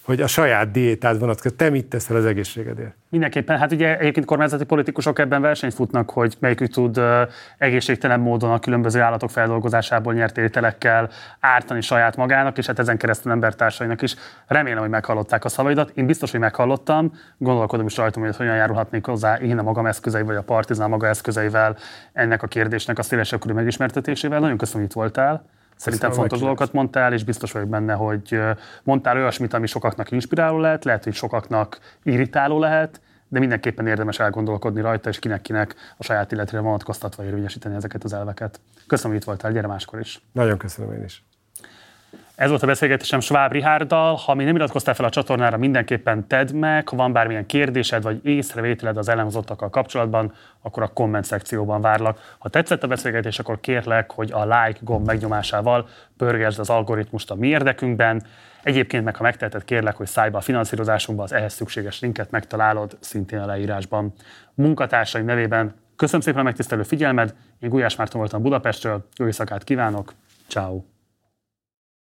Speaker 2: hogy a saját diétád vonatkozik. Te mit teszel az egészségedért?
Speaker 1: Mindenképpen, hát ugye egyébként kormányzati politikusok ebben versenyt futnak, hogy melyikük tud uh, egészségtelen módon a különböző állatok feldolgozásából nyert ételekkel ártani saját magának, és hát ezen keresztül embertársainak is. Remélem, hogy meghallották a szavaidat. Én biztos, hogy meghallottam, gondolkodom is rajtam, hogy hogyan járulhatnék hozzá én a magam eszközei, vagy a Partizán maga eszközeivel ennek a kérdésnek a szélesebb körű megismertetésével. Nagyon köszönöm, hogy itt voltál. Szerintem
Speaker 2: Köszönöm,
Speaker 1: fontos dolgokat mondtál, és biztos vagyok benne, hogy mondtál olyasmit, ami sokaknak inspiráló lehet, lehet, hogy sokaknak irritáló lehet, de mindenképpen érdemes elgondolkodni rajta, és kinek-kinek a saját életére vonatkoztatva érvényesíteni ezeket az elveket. Köszönöm, hogy itt voltál, gyere máskor is.
Speaker 2: Nagyon köszönöm én is.
Speaker 1: Ez volt a beszélgetésem Schwab Richárddal. Ha még nem iratkoztál fel a csatornára, mindenképpen tedd meg. Ha van bármilyen kérdésed vagy észrevételed az elhangzottakkal kapcsolatban, akkor a komment szekcióban várlak. Ha tetszett a beszélgetés, akkor kérlek, hogy a like gomb megnyomásával pörgesd az algoritmust a mi érdekünkben. Egyébként meg, ha megteheted, kérlek, hogy szállj be a finanszírozásunkba, az ehhez szükséges linket megtalálod szintén a leírásban. Munkatársaim nevében köszönöm szépen a megtisztelő figyelmed, én Gulyás Márton voltam Budapestről, jó éjszakát kívánok, ciao.